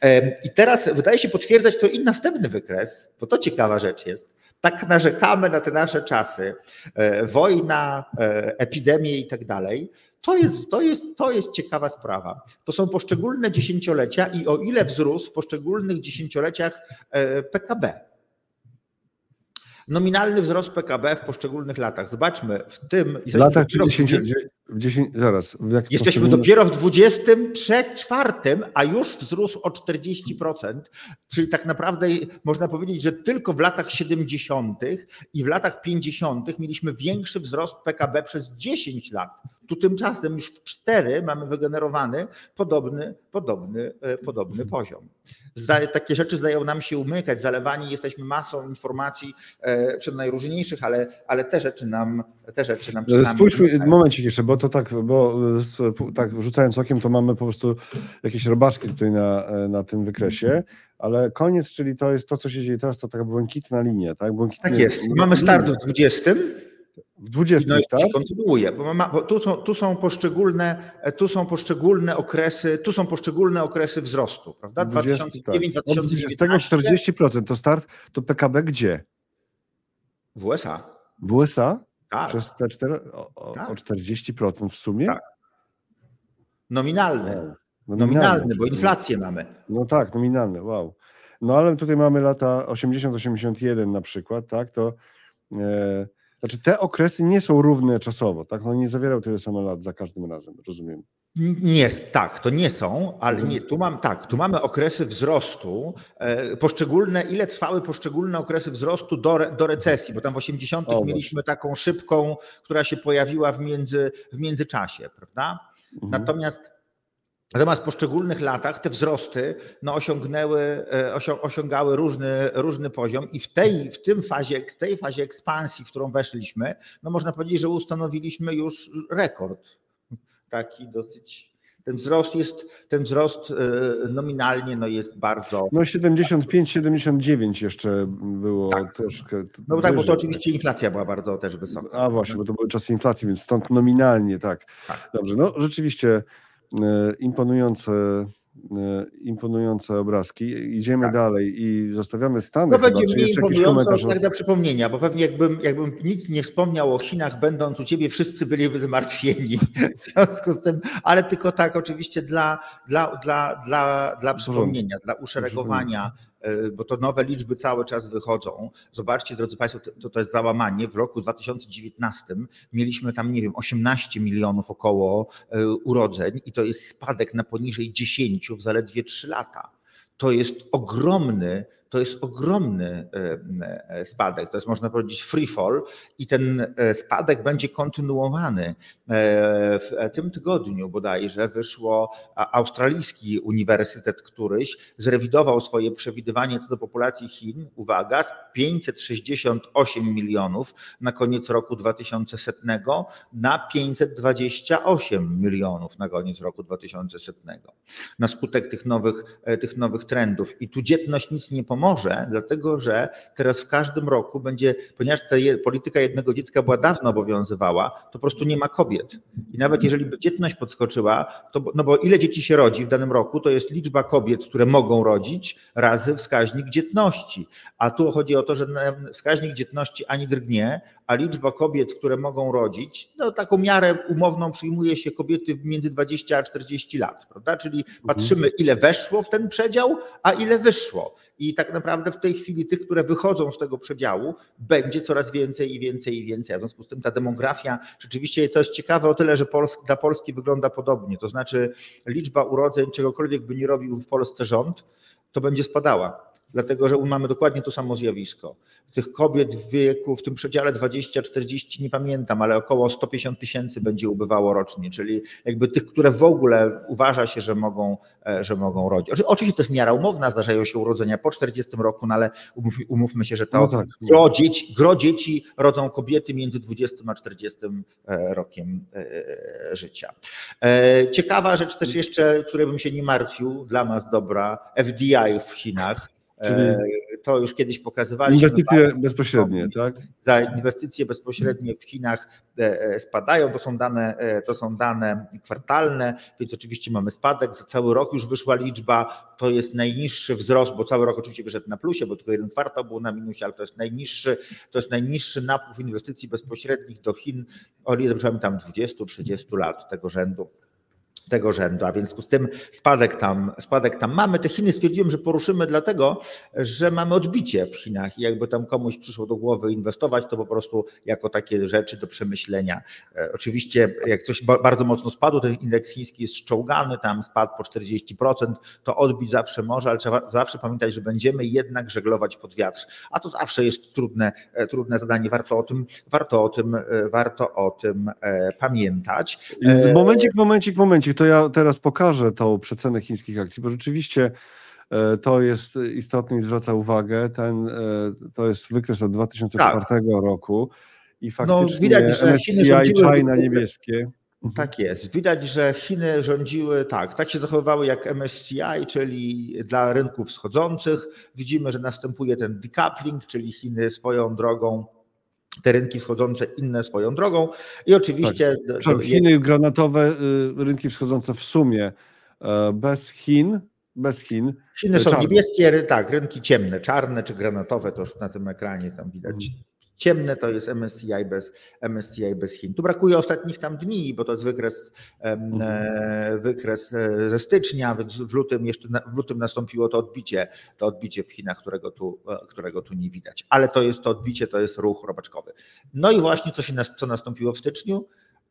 I teraz wydaje się potwierdzać to i następny wykres, bo to ciekawa rzecz jest. Tak narzekamy na te nasze czasy, wojna, epidemie i tak dalej. To jest, to, jest, to jest ciekawa sprawa. To są poszczególne dziesięciolecia i o ile wzrósł w poszczególnych dziesięcioleciach P K B. Nominalny wzrost P K B w poszczególnych latach. Zobaczmy, w tym... W latach czy dziesięć, zaraz. Jak jesteśmy poszczególnych... dopiero w dwudziestym czwartym, a już wzrósł o czterdzieści procent, czyli tak naprawdę można powiedzieć, że tylko w latach siedemdziesiątych i w latach pięćdziesiątych mieliśmy większy wzrost P K B przez dziesięć lat. Tu tymczasem już w cztery mamy wygenerowany podobny, podobny, podobny poziom. Zdaje, takie rzeczy zdają nam się umykać, zalewani jesteśmy masą informacji przed najróżniejszych, ale, ale te rzeczy nam, te rzeczy nam czasami... Spójrzmy momencik jeszcze, bo to tak, bo tak rzucając okiem, to mamy po prostu jakieś robaczki tutaj na, na tym wykresie, ale koniec, czyli to jest to, co się dzieje teraz, to taka błękitna linia, tak? Błękitna tak jest. Mamy start w dwudziestym. W dwudziestym, no, tak? Kontynuuje, bo, ma, bo tu, są, tu są poszczególne, tu są poszczególne okresy, tu są poszczególne okresy wzrostu, prawda? dwa tysiące dziewięć, tak. dwa tysiące dziewiętnaście. Od czterdzieści procent to start, to P K B gdzie? W U S A. W U S A? Tak. Przez te cztery, o, o, tak. o czterdzieści procent w sumie? Tak. Nominalny. Wow. No, nominalny, bo inflację mamy. No tak, nominalny, wow. No ale tutaj mamy lata osiemdziesiąt osiemdziesiąt jeden na przykład, tak, to e, znaczy te okresy nie są równe czasowo, tak, no nie zawierają tyle samo lat za każdym razem, rozumiem. Nie, tak, to nie są, ale nie, tu mam tak, tu mamy okresy wzrostu, e, poszczególne, ile trwały poszczególne okresy wzrostu do, do recesji, bo tam w osiemdziesiątych o, mieliśmy taką szybką, która się pojawiła w, między, w międzyczasie, prawda? Mhm. Natomiast Natomiast w poszczególnych latach te wzrosty no, osiągnęły, osiągały różny, różny poziom i w tej, w tym fazie, w tej fazie ekspansji, w którą weszliśmy, no można powiedzieć, że ustanowiliśmy już rekord. Taki dosyć, Ten wzrost jest, ten wzrost nominalnie no jest bardzo... No siedemdziesiąt pięć, siedemdziesiąt dziewięć jeszcze było tak. troszkę. No bo tak, bo to wyżej. oczywiście inflacja była bardzo też wysoka. A właśnie, bo to były czasy inflacji, więc stąd nominalnie tak. tak. Dobrze, no rzeczywiście e, imponujące, e, imponujące obrazki. Idziemy tak. dalej i zostawiamy Stany. No chyba. będzie Czy mniej jeszcze jakiś imponująco komentarz? tak do przypomnienia, bo pewnie jakbym, jakbym nic nie wspomniał o Chinach, będąc u ciebie, wszyscy byliby zmartwieni. W związku z tym, ale tylko tak oczywiście dla, dla, dla, dla, dla przypomnienia, dla uszeregowania, bo to nowe liczby cały czas wychodzą. Zobaczcie, drodzy Państwo, to, to jest załamanie. W roku dwa tysiące dziewiętnastym mieliśmy tam, nie wiem, osiemnaście milionów około urodzeń i to jest spadek na poniżej dziesięć w zaledwie trzy lata. To jest ogromny, to jest ogromny spadek, to jest można powiedzieć free fall i ten spadek będzie kontynuowany. W tym tygodniu bodajże wyszło australijski uniwersytet któryś, zrewidował swoje przewidywanie co do populacji Chin, uwaga, z pięćset sześćdziesiąt osiem milionów na koniec roku dwa tysiące sto na pięćset dwadzieścia osiem milionów na koniec roku dwa tysiące sto. Na skutek tych nowych, tych nowych trendów. I tu dzietność nic nie pomoże, dlatego że teraz w każdym roku będzie, ponieważ ta polityka jednego dziecka była dawno obowiązywała, to po prostu nie ma kobiet. I nawet jeżeli by dzietność podskoczyła, to, no bo ile dzieci się rodzi w danym roku, to jest liczba kobiet, które mogą rodzić, razy wskaźnik dzietności. A tu chodzi o to, że wskaźnik dzietności ani drgnie, a liczba kobiet, które mogą rodzić, no taką miarę umowną przyjmuje się kobiety między dwadzieścia a czterdzieści lat, prawda? Czyli patrzymy, ile weszło w ten przedział, a ile wyszło. I tak naprawdę w tej chwili tych, które wychodzą z tego przedziału, będzie coraz więcej i więcej i więcej. W związku z tym ta demografia, rzeczywiście to jest ciekawe o tyle, że Pols- dla Polski wygląda podobnie. To znaczy liczba urodzeń, czegokolwiek by nie robił w Polsce rząd, to będzie spadała. Dlatego, że mamy dokładnie to samo zjawisko. Tych kobiet w wieku, w tym przedziale dwadzieścia czterdzieści, nie pamiętam, ale około sto pięćdziesiąt tysięcy będzie ubywało rocznie, czyli jakby tych, które w ogóle uważa się, że mogą, że mogą rodzić. Oczywiście to jest miara umowna, zdarzają się urodzenia po czterdziestym roku, no ale umówmy się, że to no tak. gro, dzieci, gro dzieci rodzą kobiety między dwudziestym a czterdziestym rokiem życia. Ciekawa rzecz też jeszcze, której bym się nie martwił, dla nas dobra, F D I w Chinach. Czyli to już kiedyś pokazywaliśmy. Inwestycje bezpośrednie, tak? Za inwestycje bezpośrednie w Chinach spadają, to są dane, to są dane kwartalne, więc oczywiście mamy spadek, za cały rok już wyszła liczba, to jest najniższy wzrost, bo cały rok oczywiście wyszedł na plusie, bo tylko jeden kwartał był na minusie, ale to jest najniższy, to jest najniższy napływ inwestycji bezpośrednich do Chin, o ile dobrze pamiętam, dwadzieścia trzydzieści lat tego rzędu. tego rzędu, a więc z tym spadek tam, spadek tam mamy. Te Chiny stwierdziłem, że poruszymy dlatego, że mamy odbicie w Chinach i jakby tam komuś przyszło do głowy inwestować, to po prostu jako takie rzeczy do przemyślenia. Oczywiście jak coś bardzo mocno spadło, ten indeks chiński jest szczołgany, tam spadł po czterdzieści procent, to odbić zawsze może, ale trzeba zawsze pamiętać, że będziemy jednak żeglować pod wiatr, a to zawsze jest trudne, trudne zadanie, warto o tym, warto o tym, warto o tym pamiętać. Momencik, momencik, momencik. To ja teraz pokażę tą przecenę chińskich akcji, bo rzeczywiście to jest istotne i zwraca uwagę. Ten, to jest wykres od dwa tysiące czwartego tak. roku i faktycznie no, widać, że M S C I Chiny rządziły China niebieskie. Tak jest. Widać, że Chiny rządziły tak, tak się zachowywały jak M S C I, czyli dla rynków wschodzących. Widzimy, że następuje ten decoupling, czyli Chiny swoją drogą, te rynki wschodzące inne swoją drogą i oczywiście... Tak. Do, do, Chiny granatowe, rynki wschodzące w sumie bez Chin, bez Chin. Chiny są czarne. Niebieskie, tak, rynki ciemne, czarne czy granatowe, to już na tym ekranie tam widać. Hmm. Ciemne to jest M S C I bez, M S C I bez Chin. Tu brakuje ostatnich tam dni, bo to jest wykres, hmm. wykres ze stycznia, więc w lutym jeszcze w lutym nastąpiło to odbicie, to odbicie w Chinach, którego tu, którego tu nie widać. Ale to jest to odbicie, to jest ruch robaczkowy. No i właśnie co, się, co nastąpiło w styczniu?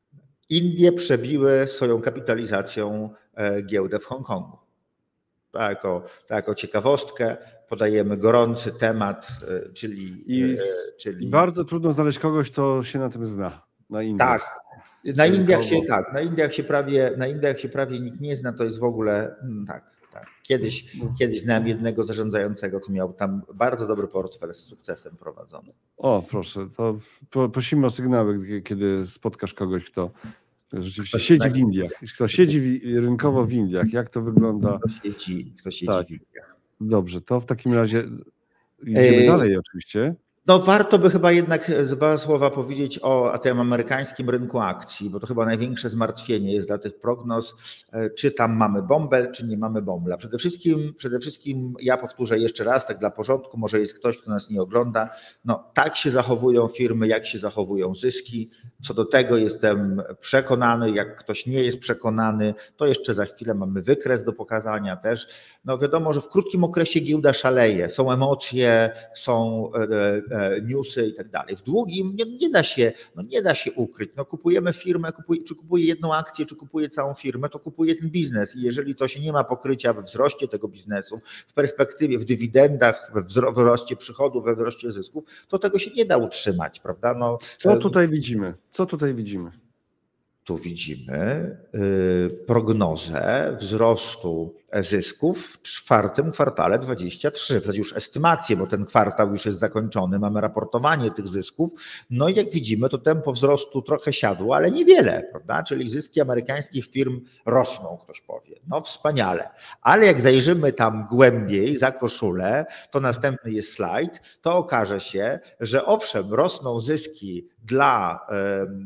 Indie przebiły swoją kapitalizacją giełdę w Hongkongu. Tak jako, tak jako ciekawostkę podajemy gorący temat, czyli... I, czyli... bardzo trudno znaleźć kogoś, kto się na tym zna, na Indiach. Tak, na Indiach się, tak, na Indiach się prawie, na Indiach się prawie nikt nie zna, to jest w ogóle, tak, tak. Kiedyś, no. kiedyś znałem jednego zarządzającego, który miał tam bardzo dobry portfel z sukcesem prowadzony. O, proszę, to prosimy o sygnały, kiedy spotkasz kogoś, kto Rzeczywiście siedzi w Indiach. Kto siedzi w, rynkowo w Indiach, jak to wygląda? Kto siedzi, kto siedzi Tak. w Indiach. Dobrze, to w takim razie idziemy dalej oczywiście. No warto by chyba jednak dwa słowa powiedzieć o tym amerykańskim rynku akcji, bo to chyba największe zmartwienie jest dla tych prognoz, czy tam mamy bąbel, czy nie mamy bąbla. Przede wszystkim, przede wszystkim ja powtórzę jeszcze raz, tak dla porządku, może jest ktoś, kto nas nie ogląda, no tak się zachowują firmy, jak się zachowują zyski. Co do tego jestem przekonany, jak ktoś nie jest przekonany, to jeszcze za chwilę mamy wykres do pokazania też. No wiadomo, że w krótkim okresie giełda szaleje, są emocje, są newsy i tak dalej. W długim nie, nie da się, no nie da się ukryć. No kupujemy firmę, kupuję, czy kupuję jedną akcję, czy kupuję całą firmę, to kupuję ten biznes i jeżeli to się nie ma pokrycia we wzroście tego biznesu, w perspektywie, w dywidendach, we wzroście przychodów, we wzroście zysków, to tego się nie da utrzymać, prawda? No, Co tutaj widzimy? Co tutaj widzimy? Tu widzimy prognozę wzrostu zysków w czwartym kwartale dwudziestym trzecim. W zasadzie już estymację, bo ten kwartał już jest zakończony, mamy raportowanie tych zysków. No i jak widzimy, to tempo wzrostu trochę siadło, ale niewiele, prawda? Czyli zyski amerykańskich firm rosną, ktoś powie. No wspaniale. Ale jak zajrzymy tam głębiej za koszulę, to następny jest slajd, to okaże się, że owszem, rosną zyski dla e,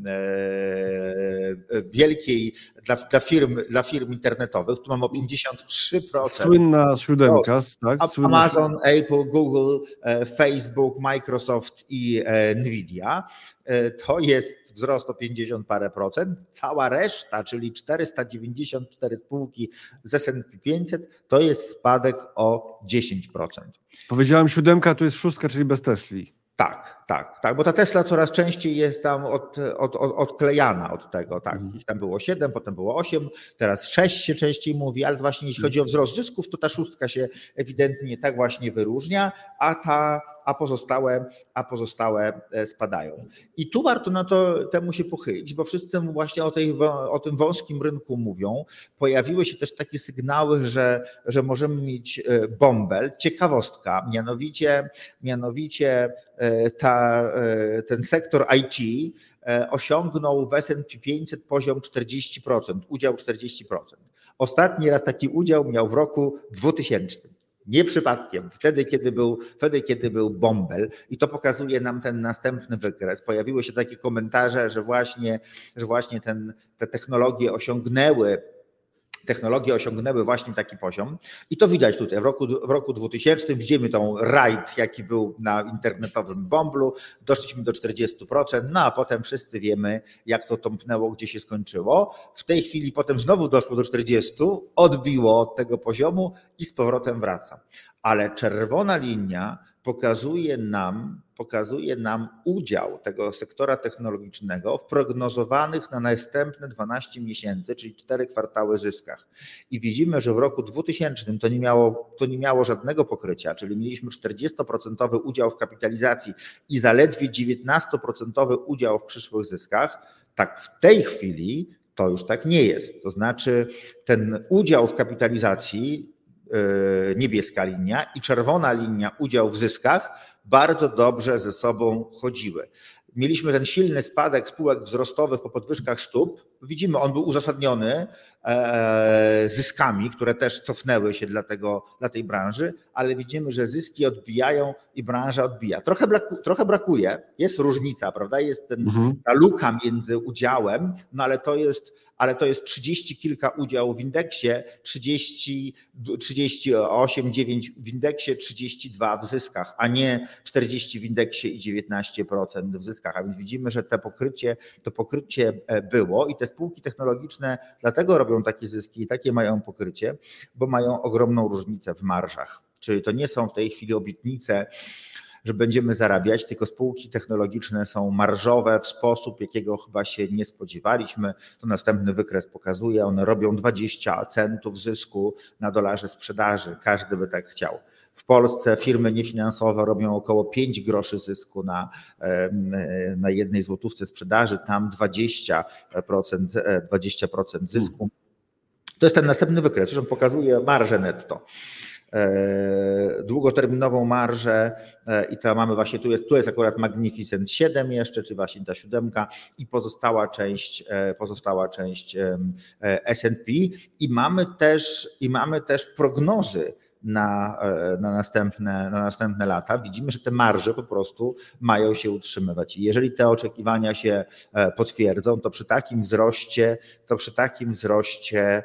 e, wielkiej, dla, dla, firm, dla firm internetowych, tu mamy o pięćdziesiąt trzy procent. Słynna siódemka, tak? Słynna Amazon, Apple, Google, Facebook, Microsoft i Nvidia. To jest wzrost o pięćdziesiąt parę procent. Cała reszta, czyli czterysta dziewięćdziesiąt cztery spółki z S and P pięćset, to jest spadek o dziesięć procent. Powiedziałem siódemka, to jest szóstka, czyli bez Tesli. Tak, tak, tak, bo ta Tesla coraz częściej jest tam od, od, od, odklejana od tego, tak, ich tam było siedem, potem było osiem, teraz sześć się częściej mówi, ale właśnie jeśli chodzi o wzrost zysków, to ta szóstka się ewidentnie tak właśnie wyróżnia, a ta a pozostałe, a pozostałe spadają. I tu warto na to temu się pochylić, bo wszyscy właśnie o, tej, o tym wąskim rynku mówią. Pojawiły się też takie sygnały, że, że możemy mieć bąbel. Ciekawostka, mianowicie, mianowicie ta, ten sektor I T osiągnął w S and P pięćset poziom czterdzieści procent, udział czterdzieści procent. Ostatni raz taki udział miał w roku dwutysięcznym. Nie przypadkiem, wtedy kiedy, był, wtedy, kiedy był bąbel i to pokazuje nam ten następny wykres. Pojawiły się takie komentarze, że właśnie, że właśnie ten, te technologie osiągnęły Technologie osiągnęły właśnie taki poziom i to widać tutaj w roku, w roku dwutysięcznym. Widzimy tą rajd, jaki był na internetowym bąblu, doszliśmy do czterdziestu procent, no a potem wszyscy wiemy, jak to tąpnęło, gdzie się skończyło. W tej chwili potem znowu doszło do czterdziestu, odbiło od tego poziomu i z powrotem wraca. Ale czerwona linia pokazuje nam, pokazuje nam udział tego sektora technologicznego w prognozowanych na następne dwanaście miesięcy, czyli cztery kwartały zyskach. I widzimy, że w roku dwutysięcznym to nie miało, to nie miało żadnego pokrycia, czyli mieliśmy czterdziestoprocentowy udział w kapitalizacji i zaledwie dziewiętnastoprocentowy udział w przyszłych zyskach. Tak w tej chwili to już tak nie jest. To znaczy ten udział w kapitalizacji, niebieska linia i czerwona linia, udział w zyskach, bardzo dobrze ze sobą chodziły. Mieliśmy ten silny spadek spółek wzrostowych po podwyżkach stóp. Widzimy, on był uzasadniony zyskami, które też cofnęły się dla, tego, dla tej branży, ale widzimy, że zyski odbijają i branża odbija. Trochę, braku, trochę brakuje, jest różnica, prawda? Jest ten, mhm. ta luka między udziałem, no ale to jest, ale to jest trzydzieści kilka udziałów w indeksie, trzydzieści, trzydzieści osiem, dziewięć w indeksie, trzydzieści dwa w zyskach, a nie czterdzieści w indeksie i dziewiętnaście procent w zyskach. A więc widzimy, że to pokrycie, to pokrycie było i te spółki technologiczne dlatego robią takie zyski i takie mają pokrycie, bo mają ogromną różnicę w marżach. Czyli to nie są w tej chwili obietnice, że będziemy zarabiać, tylko spółki technologiczne są marżowe w sposób, jakiego chyba się nie spodziewaliśmy. To następny wykres pokazuje, one robią dwadzieścia centów zysku na dolarze sprzedaży. Każdy by tak chciał. W Polsce firmy niefinansowe robią około pięć groszy zysku na, na jednej złotówce sprzedaży, tam dwadzieścia procent, dwadzieścia procent zysku. To jest ten następny wykres, że pokazuje marżę netto. długoterminową marżę i to mamy właśnie, tu jest, tu jest akurat Magnificent siedem jeszcze, czy właśnie ta siódemka i pozostała część, pozostała część S and P i mamy też, i mamy też prognozy na, na, następne, na następne lata. Widzimy, że te marże po prostu mają się utrzymywać. I jeżeli te oczekiwania się potwierdzą, to przy takim wzroście, to przy takim wzroście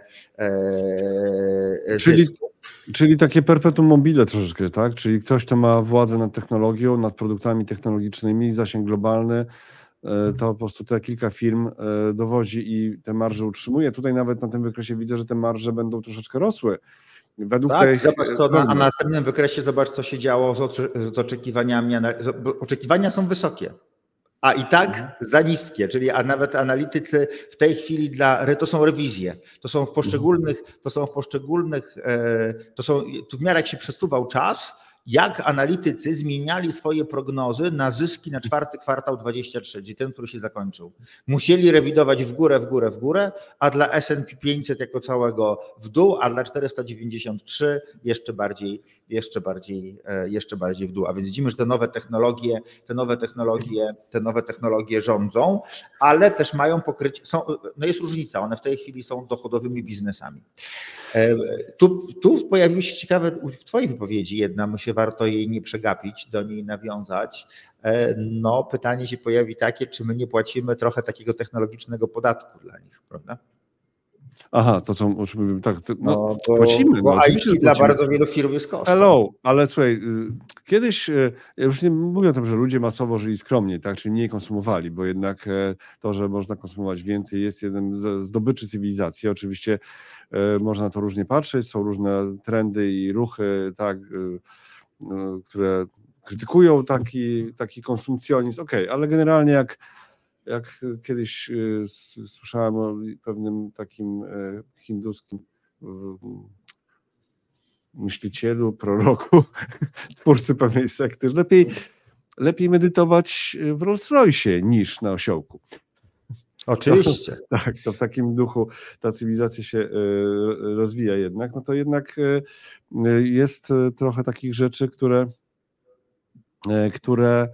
Czyli, zysku. czyli takie perpetuum mobile troszeczkę, tak? Czyli ktoś, kto ma władzę nad technologią, nad produktami technologicznymi, zasięg globalny, to po prostu te kilka firm dowodzi i te marże utrzymuje. Tutaj nawet na tym wykresie widzę, że te marże będą troszeczkę rosły. Według tak, tej zobacz co na, a na następnym wykresie zobacz, co się działo z, oczy, z oczekiwaniami. Bo oczekiwania są wysokie, a i tak mhm. za niskie, czyli a nawet analitycy w tej chwili dla, to są rewizje, to są w poszczególnych, to są w poszczególnych, to są, tu w miarę jak się przesuwał czas, jak analitycy zmieniali swoje prognozy na zyski na czwarty kwartał dwudziesty trzeci, czyli ten, który się zakończył. Musieli rewidować w górę, w górę, w górę, a dla S and P pięćset jako całego w dół, a dla czterysta dziewięćdziesiąt trzy jeszcze bardziej, jeszcze bardziej, jeszcze bardziej w dół. A więc widzimy, że te nowe technologie, te nowe technologie, te nowe technologie rządzą, ale też mają pokrycie, są, no jest różnica, one w tej chwili są dochodowymi biznesami. Tu, tu pojawiły się ciekawe w twojej wypowiedzi jedna, myślę, warto jej nie przegapić, do niej nawiązać. No pytanie się pojawi takie, czy my nie płacimy trochę takiego technologicznego podatku dla nich, prawda? Aha, to co, o czym mówimy, tak, to, no, no, bo, płacimy. Bo no, I T dla bardzo wielu firm jest kosztem. Hello, ale słuchaj, kiedyś, ja już nie mówię o tym, że ludzie masowo żyli skromniej, tak, czyli mniej konsumowali, bo jednak to, że można konsumować więcej, jest jeden z zdobyczy cywilizacji. Oczywiście można na to różnie patrzeć, są różne trendy i ruchy, tak, które krytykują taki, taki konsumpcjonizm, okej, okay, ale generalnie jak Jak kiedyś słyszałem o pewnym takim hinduskim myślicielu, proroku, twórcy pewnej sekty, że lepiej, lepiej medytować w Rolls-Roycie niż na osiołku. Oczywiście. To, tak, to w takim duchu ta cywilizacja się rozwija jednak, no to jednak jest trochę takich rzeczy, które, które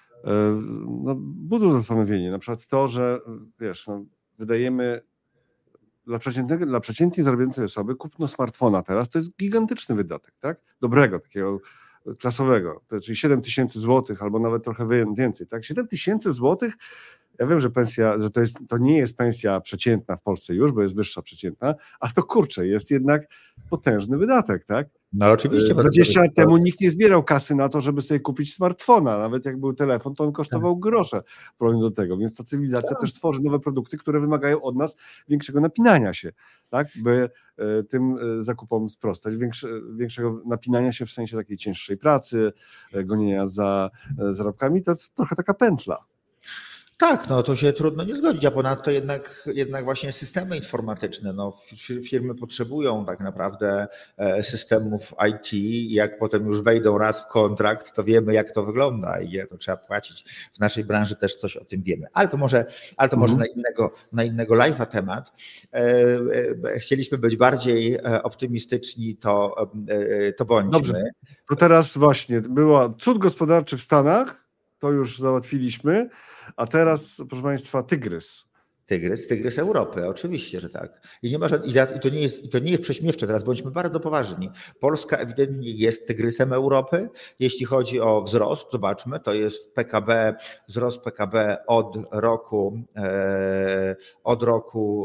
no, budzą zastanowienie. Na przykład to, że wiesz, no, wydajemy dla przeciętnego, dla przeciętnie zarabiającej osoby kupno smartfona teraz to jest gigantyczny wydatek, tak? Dobrego, takiego klasowego, to, czyli siedem tysięcy złotych albo nawet trochę więcej, tak? siedem tysięcy złotych, ja wiem, że pensja, że to, jest, to nie jest pensja przeciętna w Polsce już, bo jest wyższa przeciętna, ale to kurczę, jest jednak potężny wydatek, tak? No ale oczywiście. dwadzieścia lat temu nikt nie zbierał kasy na to, żeby sobie kupić smartfona. Nawet jak był telefon, to on kosztował grosze w porównaniu do tego. Więc ta cywilizacja tak. też tworzy nowe produkty, które wymagają od nas większego napinania się, tak? By tym zakupom sprostać. Większe, większego napinania się w sensie takiej cięższej pracy, gonienia za zarobkami. To jest trochę taka pętla. Tak, no to się trudno nie zgodzić, a ponadto jednak, jednak właśnie systemy informatyczne, no firmy potrzebują tak naprawdę systemów I T i jak potem już wejdą raz w kontrakt, to wiemy jak to wygląda i to trzeba płacić. W naszej branży też coś o tym wiemy, ale to może, ale to może mm. na innego, na innego live'a temat. Chcieliśmy być bardziej optymistyczni, to, to bądźmy. Dobrze, to teraz właśnie była cud gospodarczy w Stanach, to już załatwiliśmy. A teraz, proszę Państwa, tygrys. Tygrys, tygrys Europy, oczywiście, że tak. I nie ma żad... I to nie jest, i to nie jest prześmiewcze, teraz bądźmy bardzo poważni. Polska ewidentnie jest tygrysem Europy. Jeśli chodzi o wzrost, zobaczmy, to jest P K B, wzrost P K B od roku e, od roku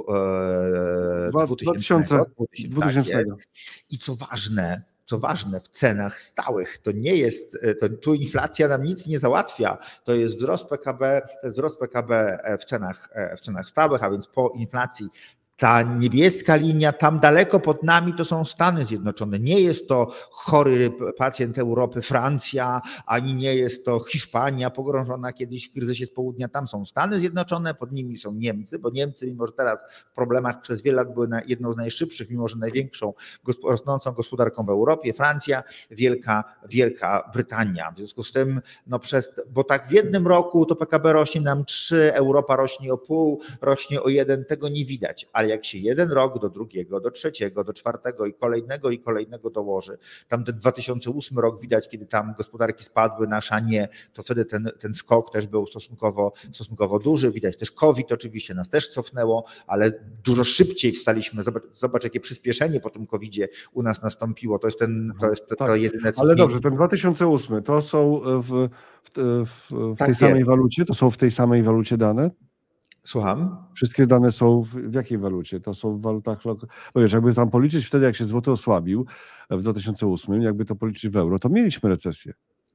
e, dwutysięcznego. dwutysięcznego. I co ważne, Co ważne, w cenach stałych to nie jest, to, tu inflacja nam nic nie załatwia, to jest wzrost P K B, to jest wzrost P K B w cenach, w cenach stałych, a więc po inflacji. Ta niebieska linia, tam daleko pod nami to są Stany Zjednoczone. Nie jest to chory pacjent Europy, Francja, ani nie jest to Hiszpania pogrążona kiedyś w kryzysie z południa. Tam są Stany Zjednoczone, pod nimi są Niemcy, bo Niemcy, mimo że teraz w problemach przez wiele lat były jedną z najszybszych, mimo że największą rosnącą gospodarką w Europie, Francja, Wielka, Wielka Brytania. W związku z tym, no przez, bo tak w jednym roku to P K B rośnie nam trzy, Europa rośnie o pół, rośnie o jeden, tego nie widać. Ale ale jak się jeden rok do drugiego, do trzeciego, do czwartego i kolejnego i kolejnego dołoży, tam ten dwa tysiące ósmy rok widać, kiedy tam gospodarki spadły, nasza nie, to wtedy ten, ten skok też był stosunkowo, stosunkowo duży, widać też COVID oczywiście nas też cofnęło, ale dużo szybciej wstaliśmy, zobacz, zobacz jakie przyspieszenie po tym kowidzie u nas nastąpiło, to jest, ten, to, jest to, tak. to jedyne co. Ale dobrze, ten dwa tysiące ósmy to są w, w, w, w Tak tej jest. samej walucie? To są w tej samej walucie dane? Słucham? Wszystkie dane są w, w jakiej walucie? To są w walutach lokalnych. Bo wiesz, jakby tam policzyć wtedy, jak się złoty osłabił w dwa tysiące ósmym, jakby to policzyć w euro, to mieliśmy recesję.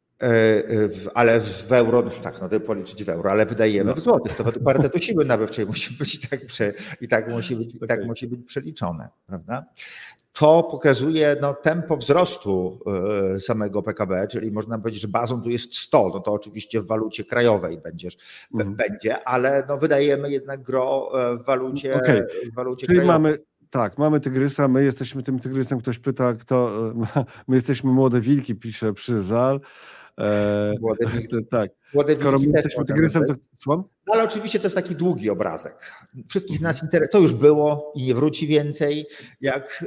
Ale w euro, no tak, no to policzyć w euro, ale wydajemy No. w złotych, to według parytetu siły nabywczej musi być i tak, prze, i tak, musi, być, Okay. tak musi być przeliczone, prawda? To pokazuje no, tempo wzrostu samego P K B, czyli można powiedzieć, że bazą tu jest sto, no to oczywiście w walucie krajowej będziesz, mhm. będzie, ale no, wydajemy jednak gro w walucie, okay. w walucie czyli krajowej. Mamy... Tak, mamy tygrysa, my jesteśmy tym tygrysem, ktoś pyta, kto, my jesteśmy młode wilki, pisze Przyzal. E, młode wilki. Tak, młode skoro my jesteśmy tygrysem, to słucham? No ale oczywiście to jest taki długi obrazek. Wszystkich nas interesuje, to już było i nie wróci więcej, jak,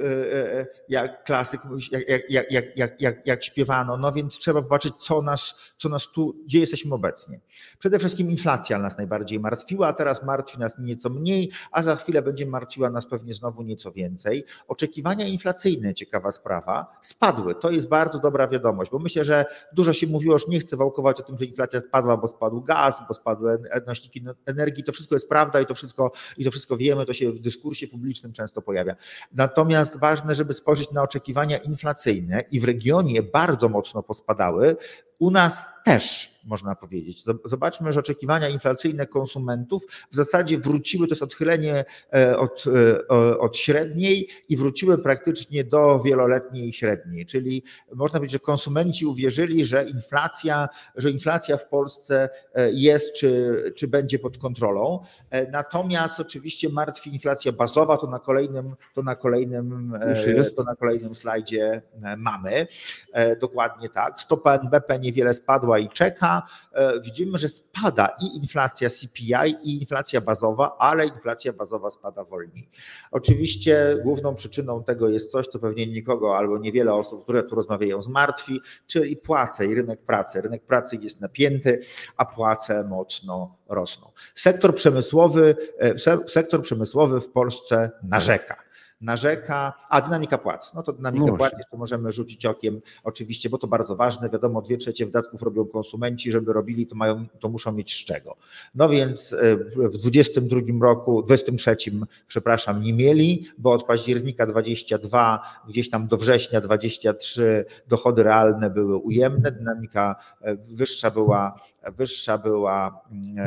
jak klasyk, jak, jak, jak, jak, jak, jak śpiewano, no więc trzeba popatrzeć, co nas, co nas tu, gdzie jesteśmy obecnie. Przede wszystkim inflacja nas najbardziej martwiła, a teraz martwi nas nieco mniej, a za chwilę będzie martwiła nas pewnie znowu nieco więcej. Oczekiwania inflacyjne, ciekawa sprawa, spadły. To jest bardzo dobra wiadomość, bo myślę, że dużo się mówiło, już nie chcę wałkować o tym, że inflacja spadła, bo spadł gaz, bo spadły nośniki energii, to wszystko jest prawda i to wszystko, i to wszystko wiemy, to się w dyskursie publicznym często pojawia. Natomiast ważne, żeby spojrzeć na oczekiwania inflacyjne i w regionie bardzo mocno pospadały, u nas też można powiedzieć. Zobaczmy, że oczekiwania inflacyjne konsumentów w zasadzie wróciły, to jest odchylenie od, od średniej i wróciły praktycznie do wieloletniej średniej, czyli można powiedzieć, że konsumenci uwierzyli, że inflacja, że inflacja w Polsce jest czy, czy będzie pod kontrolą. Natomiast oczywiście martwi inflacja bazowa, to na kolejnym, to na kolejnym, to na kolejnym slajdzie mamy. Dokładnie tak. Stopa N B P niewiele spadła i czeka. Widzimy, że spada i inflacja C P I, i inflacja bazowa, ale inflacja bazowa spada wolniej. Oczywiście główną przyczyną tego jest coś, co pewnie nikogo albo niewiele osób, które tu rozmawiają, zmartwi, czyli płace i rynek pracy. Rynek pracy jest napięty, a płace mocno rosną. Sektor przemysłowy, sektor przemysłowy w Polsce narzeka. narzeka, a dynamika płac. No to dynamika no płac jeszcze możemy rzucić okiem oczywiście, bo to bardzo ważne. Wiadomo, dwie trzecie wydatków robią konsumenci, żeby robili, to mają, to muszą mieć z czego. No więc w dwudziestym drugim roku, dwudziestym trzecim, przepraszam, nie mieli, bo od października dwudziestego drugiego gdzieś tam do września dwudziestego trzeciego dochody realne były ujemne, dynamika wyższa była, wyższa była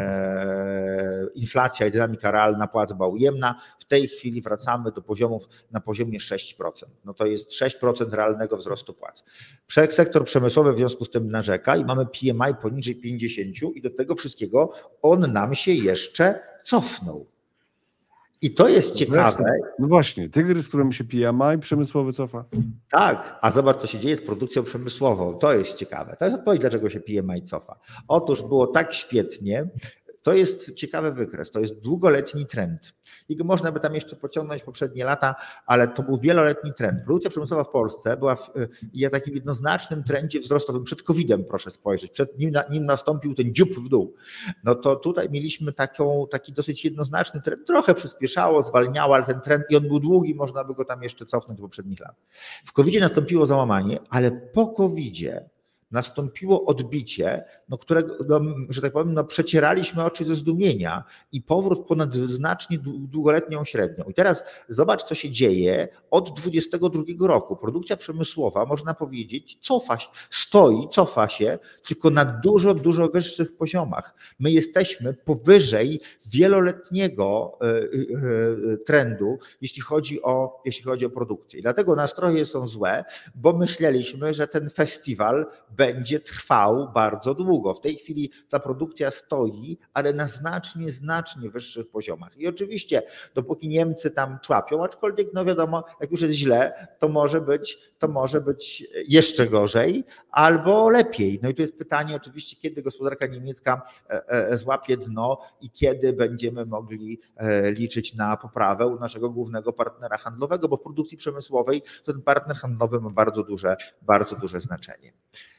e, inflacja i dynamika realna płac była ujemna. W tej chwili wracamy do poziomów na poziomie sześć procent. No to jest sześć procent realnego wzrostu płac. Sektor przemysłowy w związku z tym narzeka i mamy P M I poniżej pięćdziesięciu i do tego wszystkiego on nam się jeszcze cofnął. I to jest ciekawe. No właśnie, tygrys, któremu się P M I przemysłowy cofa. Tak, a zobacz, co się dzieje z produkcją przemysłową. To jest ciekawe. To jest odpowiedź, dlaczego się P M I cofa. Otóż było tak świetnie. To jest ciekawy wykres, to jest długoletni trend. I go można by tam jeszcze pociągnąć w poprzednie lata, ale to był wieloletni trend. Produkcja przemysłowa w Polsce była w takim jednoznacznym trendzie wzrostowym przed kowidem, proszę spojrzeć, przed nim, nim nastąpił ten dziób w dół. No to tutaj mieliśmy taką, taki dosyć jednoznaczny trend, trochę przyspieszało, zwalniało, ale ten trend i on był długi, można by go tam jeszcze cofnąć do poprzednich lat. W kowidzie nastąpiło załamanie, ale po kowidzie nastąpiło odbicie, no którego, no, że tak powiem, no, przecieraliśmy oczy ze zdumienia i powrót ponad znacznie długoletnią średnią. I teraz zobacz, co się dzieje od dwudziestego drugiego roku. Produkcja przemysłowa, można powiedzieć, cofa się, stoi, cofa się, tylko na dużo, dużo wyższych poziomach. My jesteśmy powyżej wieloletniego trendu, jeśli chodzi o, jeśli chodzi o produkcję. I dlatego nastroje są złe, bo myśleliśmy, że ten festiwal będzie trwał bardzo długo. W tej chwili ta produkcja stoi, ale na znacznie, znacznie wyższych poziomach. I oczywiście dopóki Niemcy tam człapią, aczkolwiek no wiadomo, jak już jest źle, to może być, to może być jeszcze gorzej albo lepiej. No i to jest pytanie oczywiście, kiedy gospodarka niemiecka złapie dno i kiedy będziemy mogli liczyć na poprawę u naszego głównego partnera handlowego, bo w produkcji przemysłowej to ten partner handlowy ma bardzo duże, bardzo duże znaczenie.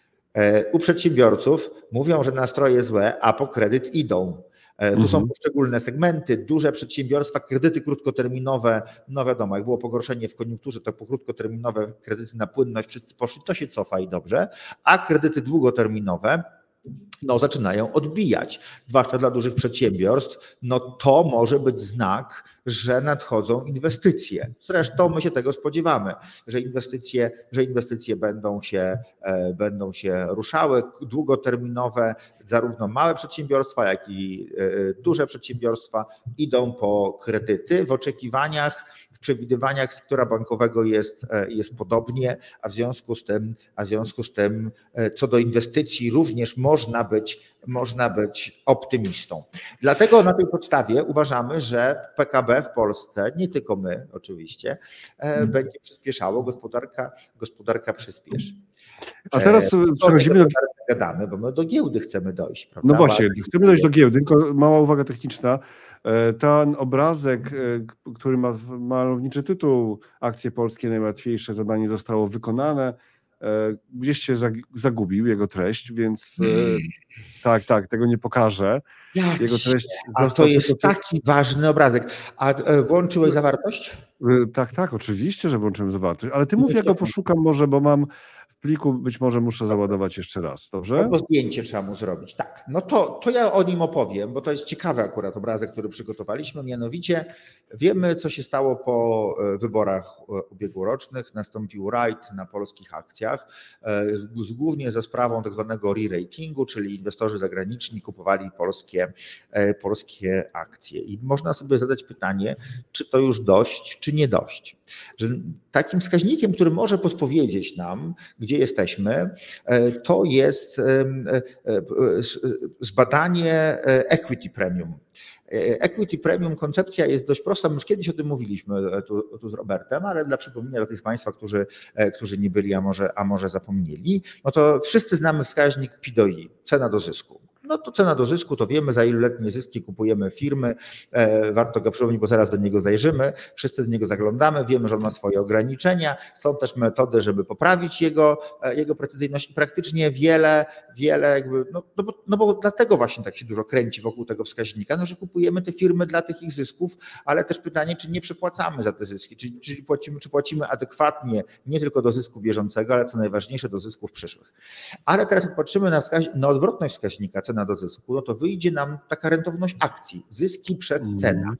U przedsiębiorców mówią, że nastroje złe, a po kredyt idą. Tu mhm. są poszczególne segmenty, duże przedsiębiorstwa, kredyty krótkoterminowe, no wiadomo, jak było pogorszenie w koniunkturze, to po krótkoterminowe kredyty na płynność wszyscy poszli, to się cofa i dobrze, a kredyty długoterminowe no, zaczynają odbijać, zwłaszcza dla dużych przedsiębiorstw, no to może być znak, że nadchodzą inwestycje. Zresztą my się tego spodziewamy, że inwestycje, że inwestycje będą się, będą się ruszały, długoterminowe, zarówno małe przedsiębiorstwa, jak i duże przedsiębiorstwa idą po kredyty w oczekiwaniach, w przewidywaniach sektora bankowego jest, jest podobnie, a w związku z tym, a w związku z tym co do inwestycji również można być, można być optymistą. Dlatego na tej podstawie uważamy, że P K B w Polsce, nie tylko my oczywiście, hmm. będzie przyspieszało, gospodarka, gospodarka przyspieszy. A teraz przechodzimy do... gadamy, bo my do giełdy chcemy dojść. Prawda? No właśnie, chcemy dojść do giełdy, tylko mała uwaga techniczna. Ten obrazek, który ma malowniczy tytuł Akcje polskie, najłatwiejsze zadanie zostało wykonane, gdzieś się zagubił jego treść, więc hmm. tak, tak, tego nie pokażę. Jak jego treść A to jest tylko... taki ważny obrazek. A włączyłeś zawartość? Tak, tak, oczywiście, że włączyłem zawartość, ale ty mów, ja go poszukam może, bo mam w pliku, być może muszę załadować jeszcze raz, dobrze? Albo zdjęcie trzeba mu zrobić, tak. No to, to ja o nim opowiem, bo to jest ciekawy akurat obrazek, który przygotowaliśmy, mianowicie wiemy, co się stało po wyborach ubiegłorocznych. Nastąpił rajd na polskich akcjach, głównie za sprawą tak zwanego re-ratingu, czyli inwestorzy zagraniczni kupowali polskie, polskie akcje. I można sobie zadać pytanie, czy to już dość, czy nie dość. Że takim wskaźnikiem, który może podpowiedzieć nam, gdzie jesteśmy, to jest zbadanie equity premium. Equity premium, koncepcja jest dość prosta, my już kiedyś o tym mówiliśmy tu, tu z Robertem, ale dla przypomnienia dla tych z Państwa, którzy, którzy nie byli, a może, a może zapomnieli, no to wszyscy znamy wskaźnik P do I, cena do zysku. No to cena do zysku, to wiemy, za iluletnie zyski kupujemy firmy, warto go przypomnieć, bo zaraz do niego zajrzymy, wszyscy do niego zaglądamy, wiemy, że on ma swoje ograniczenia, są też metody, żeby poprawić jego, jego precyzyjność i praktycznie wiele, wiele jakby, no, no, bo, no bo dlatego właśnie tak się dużo kręci wokół tego wskaźnika, no, że kupujemy te firmy dla tych ich zysków, ale też pytanie, czy nie przepłacamy za te zyski, czyli, czyli płacimy, czy płacimy adekwatnie nie tylko do zysku bieżącego, ale co najważniejsze do zysków przyszłych. Ale teraz jak patrzymy na, wskaź- na odwrotność wskaźnika, cena do zysku, no to wyjdzie nam taka rentowność akcji, zyski przez cenę.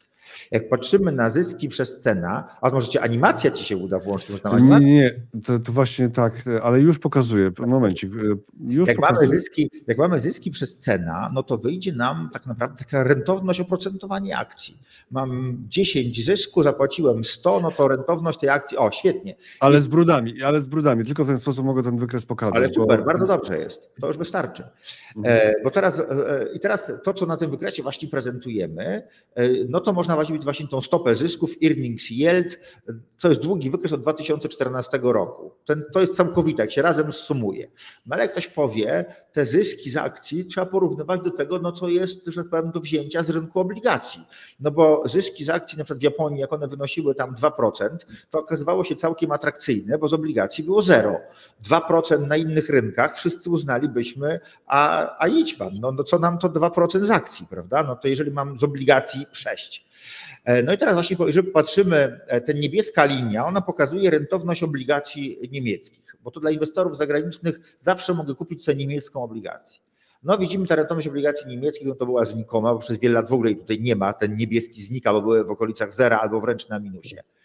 Jak patrzymy na zyski przez cena, a możecie animacja ci się uda włączyć? Można nie, nie, nie, to, to właśnie tak, ale już pokazuję, momencik. Już jak, pokazuję. Mamy zyski, jak mamy zyski przez cena, no to wyjdzie nam tak naprawdę taka rentowność oprocentowanie akcji. Mam dziesięć zysku, zapłaciłem sto, no to rentowność tej akcji, o świetnie. Ale jest... z brudami, ale z brudami, tylko w ten sposób mogę ten wykres pokazać. Ale super, bo... bardzo dobrze jest, to już wystarczy. Mhm. E, bo teraz, e, i teraz to, co na tym wykresie właśnie prezentujemy, e, no to można właśnie właśnie tą stopę zysków, earnings yield, to jest długi wykres od dwa tysiące czternastego roku. Ten, to jest całkowite, jak się razem sumuje. No ale jak ktoś powie, te zyski z akcji trzeba porównywać do tego, no co jest, że tak powiem, do wzięcia z rynku obligacji. No bo zyski z akcji na przykład w Japonii, jak one wynosiły tam dwa procent, to okazywało się całkiem atrakcyjne, bo z obligacji było zero. dwa procent na innych rynkach wszyscy uznalibyśmy, a, a idź pan, no, no co nam to dwa procent z akcji, prawda? No to jeżeli mam z obligacji sześć. No i teraz właśnie, jeżeli patrzymy, ten niebieska linia, ona pokazuje rentowność obligacji niemieckich, bo to dla inwestorów zagranicznych zawsze mogę kupić sobie niemiecką obligację. No widzimy, ta rentowność obligacji niemieckich, no to była znikoma, bo przez wiele lat w ogóle tutaj nie ma, ten niebieski znika, bo były w okolicach zera albo wręcz na minusie.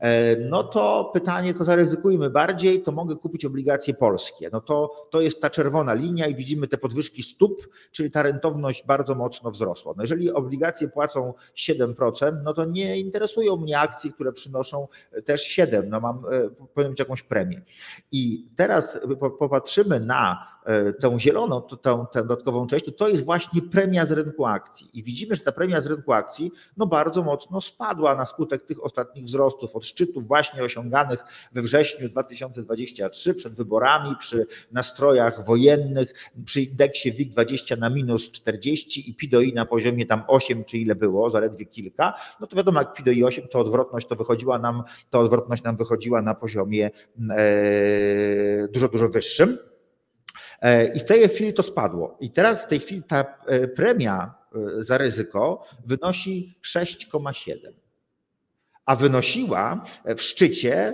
no to pytanie, to zaryzykujmy bardziej, to mogę kupić obligacje polskie. No to, to jest ta czerwona linia i widzimy te podwyżki stóp, czyli ta rentowność bardzo mocno wzrosła. No jeżeli obligacje płacą siedem procent, no to nie interesują mnie akcje, które przynoszą też siedem, no mam, powinien mieć jakąś premię. I teraz popatrzymy na tą zieloną, tę, tę dodatkową część, to to jest właśnie premia z rynku akcji. I widzimy, że ta premia z rynku akcji no bardzo mocno spadła na skutek tych ostatnich wzrostów, od szczytów właśnie osiąganych we wrześniu dwa tysiące dwudziestego trzeciego przed wyborami, przy nastrojach wojennych, przy indeksie WIG dwadzieścia na minus czterdzieści i P I D O I na poziomie tam osiem czy ile było, zaledwie kilka, no to wiadomo, jak P I D O I osiem, to odwrotność to wychodziła nam, to odwrotność nam wychodziła na poziomie e, dużo, dużo wyższym. I w tej chwili to spadło. I teraz w tej chwili ta premia za ryzyko wynosi sześć przecinek siedem, a wynosiła w szczycie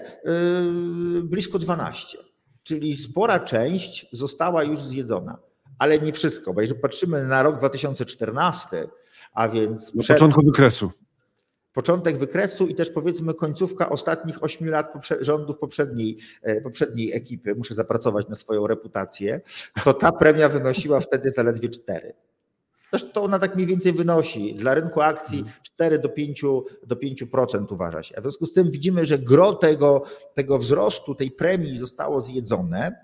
blisko dwanaście. Czyli spora część została już zjedzona, ale nie wszystko, bo jeżeli patrzymy na rok dwa tysiące czternasty, a więc na przed... początku wykresu. Początek wykresu i też powiedzmy końcówka ostatnich ośmiu lat rządów poprzedniej, poprzedniej ekipy, muszę zapracować na swoją reputację, to ta premia wynosiła wtedy zaledwie cztery. Zresztą ona tak mniej więcej wynosi. Dla rynku akcji cztery do pięciu do pięciu procent uważa się. A w związku z tym widzimy, że gro tego, tego wzrostu, tej premii zostało zjedzone,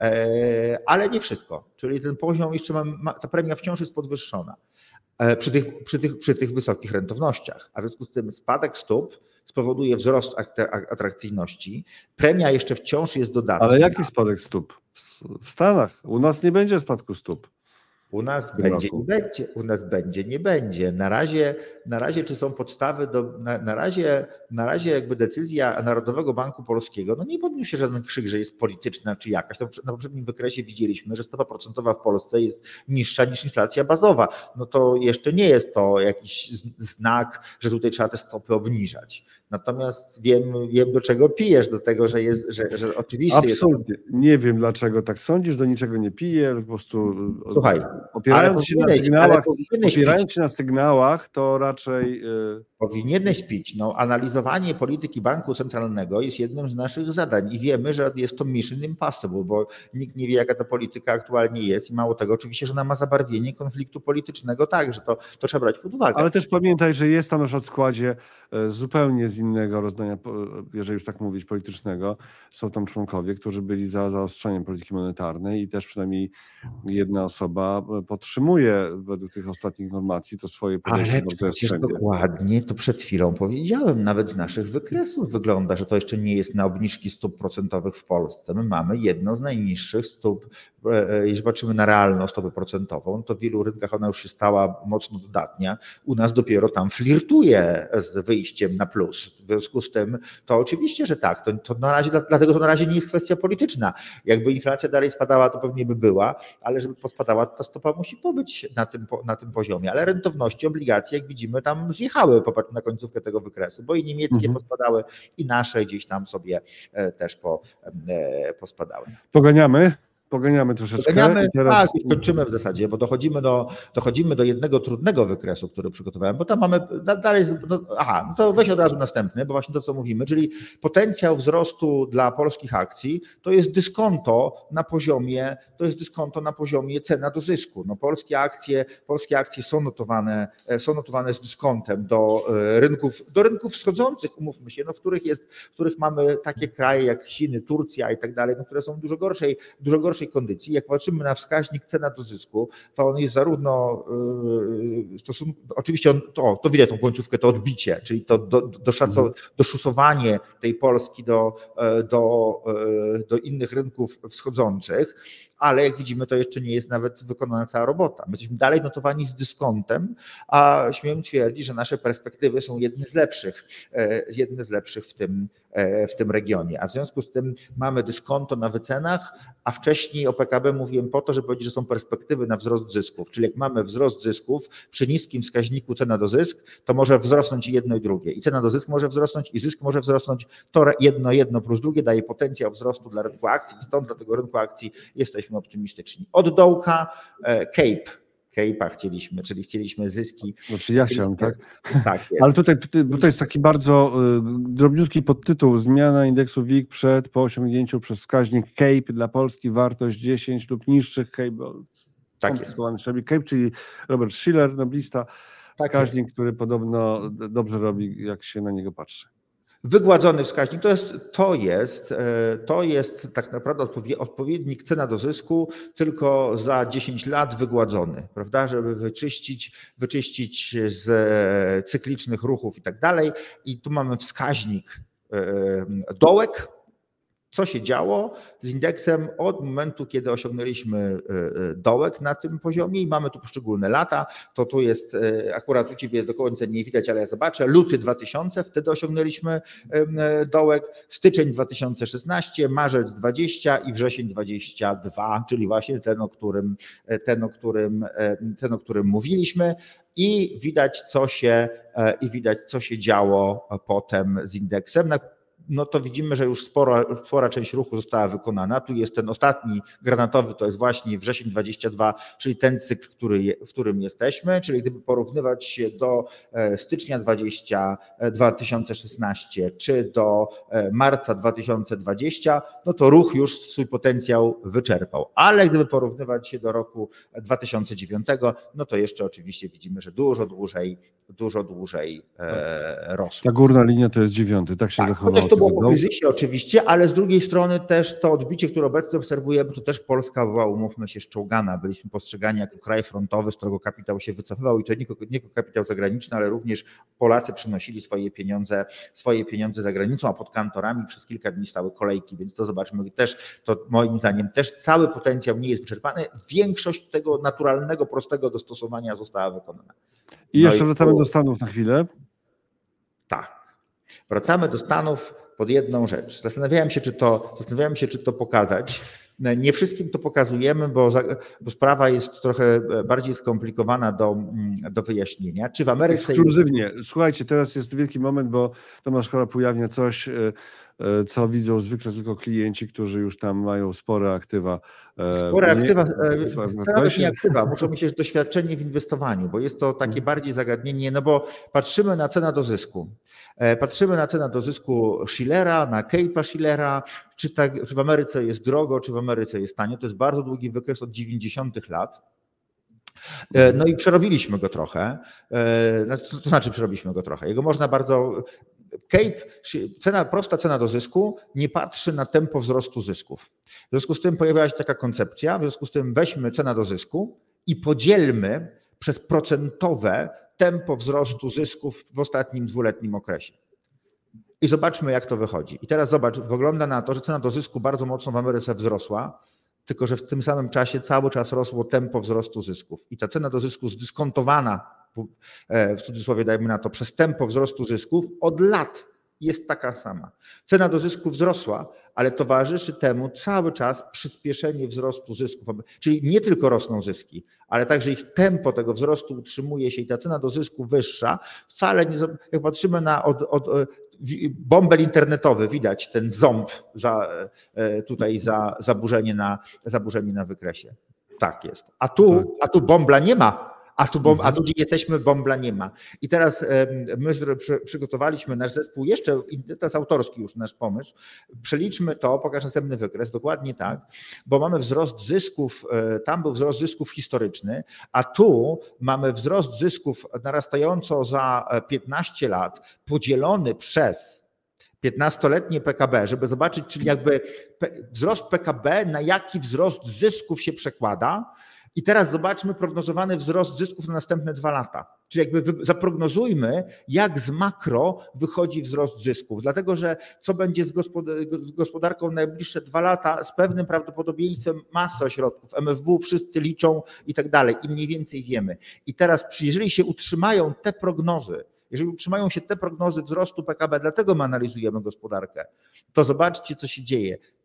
ale nie wszystko. Czyli ten poziom jeszcze ma, ta premia wciąż jest podwyższona. Przy tych, przy, tych, przy tych wysokich rentownościach. A w związku z tym spadek stóp spowoduje wzrost atrakcyjności. Premia jeszcze wciąż jest dodatnia. Ale jaki spadek stóp? W Stanach. U nas nie będzie spadku stóp. U nas będzie, nie będzie, u nas będzie, nie będzie. Na razie, na razie czy są podstawy do, na, na razie, na razie jakby decyzja Narodowego Banku Polskiego, no nie podniósł się żaden krzyk, że jest polityczna czy jakaś. To na poprzednim wykresie widzieliśmy, że stopa procentowa w Polsce jest niższa niż inflacja bazowa. No to jeszcze nie jest to jakiś znak, że tutaj trzeba te stopy obniżać. Natomiast wiem, wiem do czego pijesz, do tego, że jest, że, że oczywiście absolutnie. Jest... Nie wiem, dlaczego tak sądzisz, do niczego nie piję, po prostu. Słuchaj, opierając się na sygnałach, opierając się na sygnałach, to raczej. Powinieneś pić. No, analizowanie polityki banku centralnego jest jednym z naszych zadań i wiemy, że jest to mission impossible, bo nikt nie wie, jaka ta polityka aktualnie jest i mało tego, oczywiście, że ona ma zabarwienie konfliktu politycznego, tak, że to, to trzeba brać pod uwagę. Ale też pamiętaj, że jest tam na przykład w składzie zupełnie z innego rozdania, jeżeli już tak mówić, politycznego. Są tam członkowie, którzy byli za zaostrzeniem polityki monetarnej i też przynajmniej jedna osoba podtrzymuje według tych ostatnich informacji to swoje podejście. Ale przecież dokładnie to przed chwilą powiedziałem, nawet z naszych wykresów wygląda, że to jeszcze nie jest na obniżki stóp procentowych w Polsce. My mamy jedną z najniższych stóp, jeżeli patrzymy na realną stopę procentową, to w wielu rynkach ona już się stała mocno dodatnia. U nas dopiero tam flirtuje z wyjściem na plus. W związku z tym to oczywiście, że tak. To, to na razie, dlatego to na razie nie jest kwestia polityczna. Jakby inflacja dalej spadała, to pewnie by była, ale żeby pospadała, to ta stopa musi pobyć na tym, na tym poziomie. Ale rentowności obligacji, jak widzimy, tam zjechały popatrz na końcówkę tego wykresu, bo i niemieckie mhm. pospadały, i nasze gdzieś tam sobie też po, pospadały. Poganiamy? Poganiamy troszeczkę. Poganiamy, i teraz... tak, i kończymy w zasadzie, bo dochodzimy do, dochodzimy do jednego trudnego wykresu, który przygotowałem, bo tam mamy dalej, no, aha, no to weź od razu następny, bo właśnie to, co mówimy, czyli potencjał wzrostu dla polskich akcji to jest dyskonto na poziomie, to jest dyskonto na poziomie cena do zysku. No, polskie akcje, polskie akcje są notowane, są notowane z dyskontem do rynków, do rynków wschodzących, umówmy się, no, w których jest, w których mamy takie kraje jak Chiny, Turcja i tak dalej, no, które są w dużo gorszej, dużo gorszej kondycji. Jak patrzymy na wskaźnik cena do zysku, to on jest zarówno w stosunku, oczywiście on, to, to widać tą końcówkę, to odbicie, czyli to do, do szaco, doszusowanie tej Polski do, do, do innych rynków wschodzących, ale jak widzimy, to jeszcze nie jest nawet wykonana cała robota. My jesteśmy dalej notowani z dyskontem, a śmiem twierdzić, że nasze perspektywy są jedne z lepszych, jedne z lepszych w tym, w tym regionie. A w związku z tym mamy dyskonto na wycenach, a wcześniej o P K B mówiłem po to, żeby powiedzieć, że są perspektywy na wzrost zysków. Czyli jak mamy wzrost zysków przy niskim wskaźniku cena do zysk, to może wzrosnąć i jedno i drugie. I cena do zysk może wzrosnąć i zysk może wzrosnąć. To jedno, jedno plus drugie daje potencjał wzrostu dla rynku akcji i stąd dla tego rynku akcji jesteśmy optymistyczni. Od dołka Cape. Cape'a chcieliśmy, czyli chcieliśmy zyski. Znaczy ja chciałem, tak? Tak jest. Ale tutaj, tutaj jest taki bardzo y, drobniutki podtytuł: zmiana indeksu W I G przed, po osiągnięciu przez wskaźnik Cape dla Polski wartość dziesięć lub niższych Cape. Tak jest. Cape, czyli Robert Shiller, noblista, Tak wskaźnik, jest. który podobno dobrze robi, jak się na niego patrzy. Wygładzony wskaźnik to jest, to jest, to jest tak naprawdę odpowiednik cena do zysku, tylko za dziesięć lat wygładzony, prawda, żeby wyczyścić, wyczyścić z cyklicznych ruchów i tak dalej. I tu mamy wskaźnik dołek, co się działo z indeksem od momentu, kiedy osiągnęliśmy dołek na tym poziomie i mamy tu poszczególne lata. To tu jest, akurat u Ciebie do końca nie widać, ale ja zobaczę, luty dwa tysiące, wtedy osiągnęliśmy dołek, styczeń dwa tysiące szesnasty, marzec dwadzieścia i wrzesień dwadzieścia dwa, czyli właśnie ten, o którym, ten, o którym, ten, o którym mówiliśmy. I widać, co się, i widać, co się działo potem z indeksem. No to widzimy, że już spora, spora część ruchu została wykonana. Tu jest ten ostatni granatowy, to jest właśnie wrzesień dwadzieścia dwa, czyli ten cykl, który, w którym jesteśmy, czyli gdyby porównywać się do stycznia dwa tysiące szesnastego czy do marca dwa tysiące dwudziestego, no to ruch już swój potencjał wyczerpał. Ale gdyby porównywać się do roku dwa tysiące dziewiątego, no to jeszcze oczywiście widzimy, że dużo dłużej, dużo dłużej e, rosło. Ta górna linia to jest dziewiąty, tak się Tak, zachowało. chociaż to było po kryzysie oczywiście, ale z drugiej strony też to odbicie, które obecnie obserwujemy, to też Polska była, umówmy się, szczołgana. Byliśmy postrzegani jako kraj frontowy, z którego kapitał się wycofywał i to nie tylko kapitał zagraniczny, ale również Polacy przynosili swoje pieniądze, swoje pieniądze za granicą, a pod kantorami przez kilka dni stały kolejki, więc to zobaczmy też, to moim zdaniem też cały potencjał nie jest wyczerpany. Większość tego naturalnego, prostego dostosowania została wykonana. I jeszcze no wracamy i to... do Stanów na chwilę. Tak. Wracamy do Stanów pod jedną rzecz. Zastanawiałem się, czy to, zastanawiałem się, czy to pokazać. Nie wszystkim to pokazujemy, bo, bo sprawa jest trochę bardziej skomplikowana do, do wyjaśnienia. Czy w Ameryce... Ekskluzywnie. Słuchajcie, teraz jest wielki moment, bo Tomasz Chorab ujawnia coś, co widzą zwykle tylko klienci, którzy już tam mają spore aktywa. Spore aktywa, to nawet nie aktywa, muszą mieć też doświadczenie w inwestowaniu, bo jest to takie bardziej zagadnienie, no bo patrzymy na cenę do zysku. Patrzymy na cenę do zysku Shillera, na Cape'a Shillera, czy, tak, czy w Ameryce jest drogo, czy w Ameryce jest tanio. To jest bardzo długi wykres od dziewięćdziesiątych lat. No i przerobiliśmy go trochę, to znaczy przerobiliśmy go trochę. Jego można bardzo... Cape, cena, prosta cena do zysku nie patrzy na tempo wzrostu zysków. W związku z tym pojawiła się taka koncepcja, w związku z tym weźmy cenę do zysku i podzielmy przez procentowe tempo wzrostu zysków w ostatnim dwuletnim okresie. I zobaczmy, jak to wychodzi. I teraz zobacz, wygląda na to, że cena do zysku bardzo mocno w Ameryce wzrosła, tylko że w tym samym czasie cały czas rosło tempo wzrostu zysków. I ta cena do zysku zdyskontowana, w cudzysłowie dajmy na to, przez tempo wzrostu zysków od lat jest taka sama. Cena do zysku wzrosła, ale towarzyszy temu cały czas przyspieszenie wzrostu zysków. Czyli nie tylko rosną zyski, ale także ich tempo tego wzrostu utrzymuje się i ta cena do zysku wyższa. Wcale nie, jak patrzymy na od, od, bąbel internetowy, widać ten ząb za, tutaj za zaburzenie na, zaburzenie na wykresie. Tak jest. A tu, a tu bąbla nie ma. A tu, bom, a tu gdzie jesteśmy, bąbla nie ma. I teraz my przygotowaliśmy nasz zespół, jeszcze, to jest autorski już nasz pomysł, przeliczmy to, pokaż następny wykres, dokładnie tak, bo mamy wzrost zysków, tam był wzrost zysków historyczny, a tu mamy wzrost zysków narastająco za piętnaście lat, podzielony przez piętnastoletnie P K B, żeby zobaczyć, czyli jakby wzrost P K B, na jaki wzrost zysków się przekłada. I teraz zobaczmy prognozowany wzrost zysków na następne dwa lata. Czyli jakby zaprognozujmy, jak z makro wychodzi wzrost zysków. Dlatego, że co będzie z gospodarką najbliższe dwa lata, z pewnym prawdopodobieństwem masa ośrodków, M F W, wszyscy liczą i tak dalej. I mniej więcej wiemy. I teraz, jeżeli się utrzymają te prognozy, jeżeli utrzymają się te prognozy wzrostu P K B, dlatego my analizujemy gospodarkę, to zobaczcie, co się dzieje.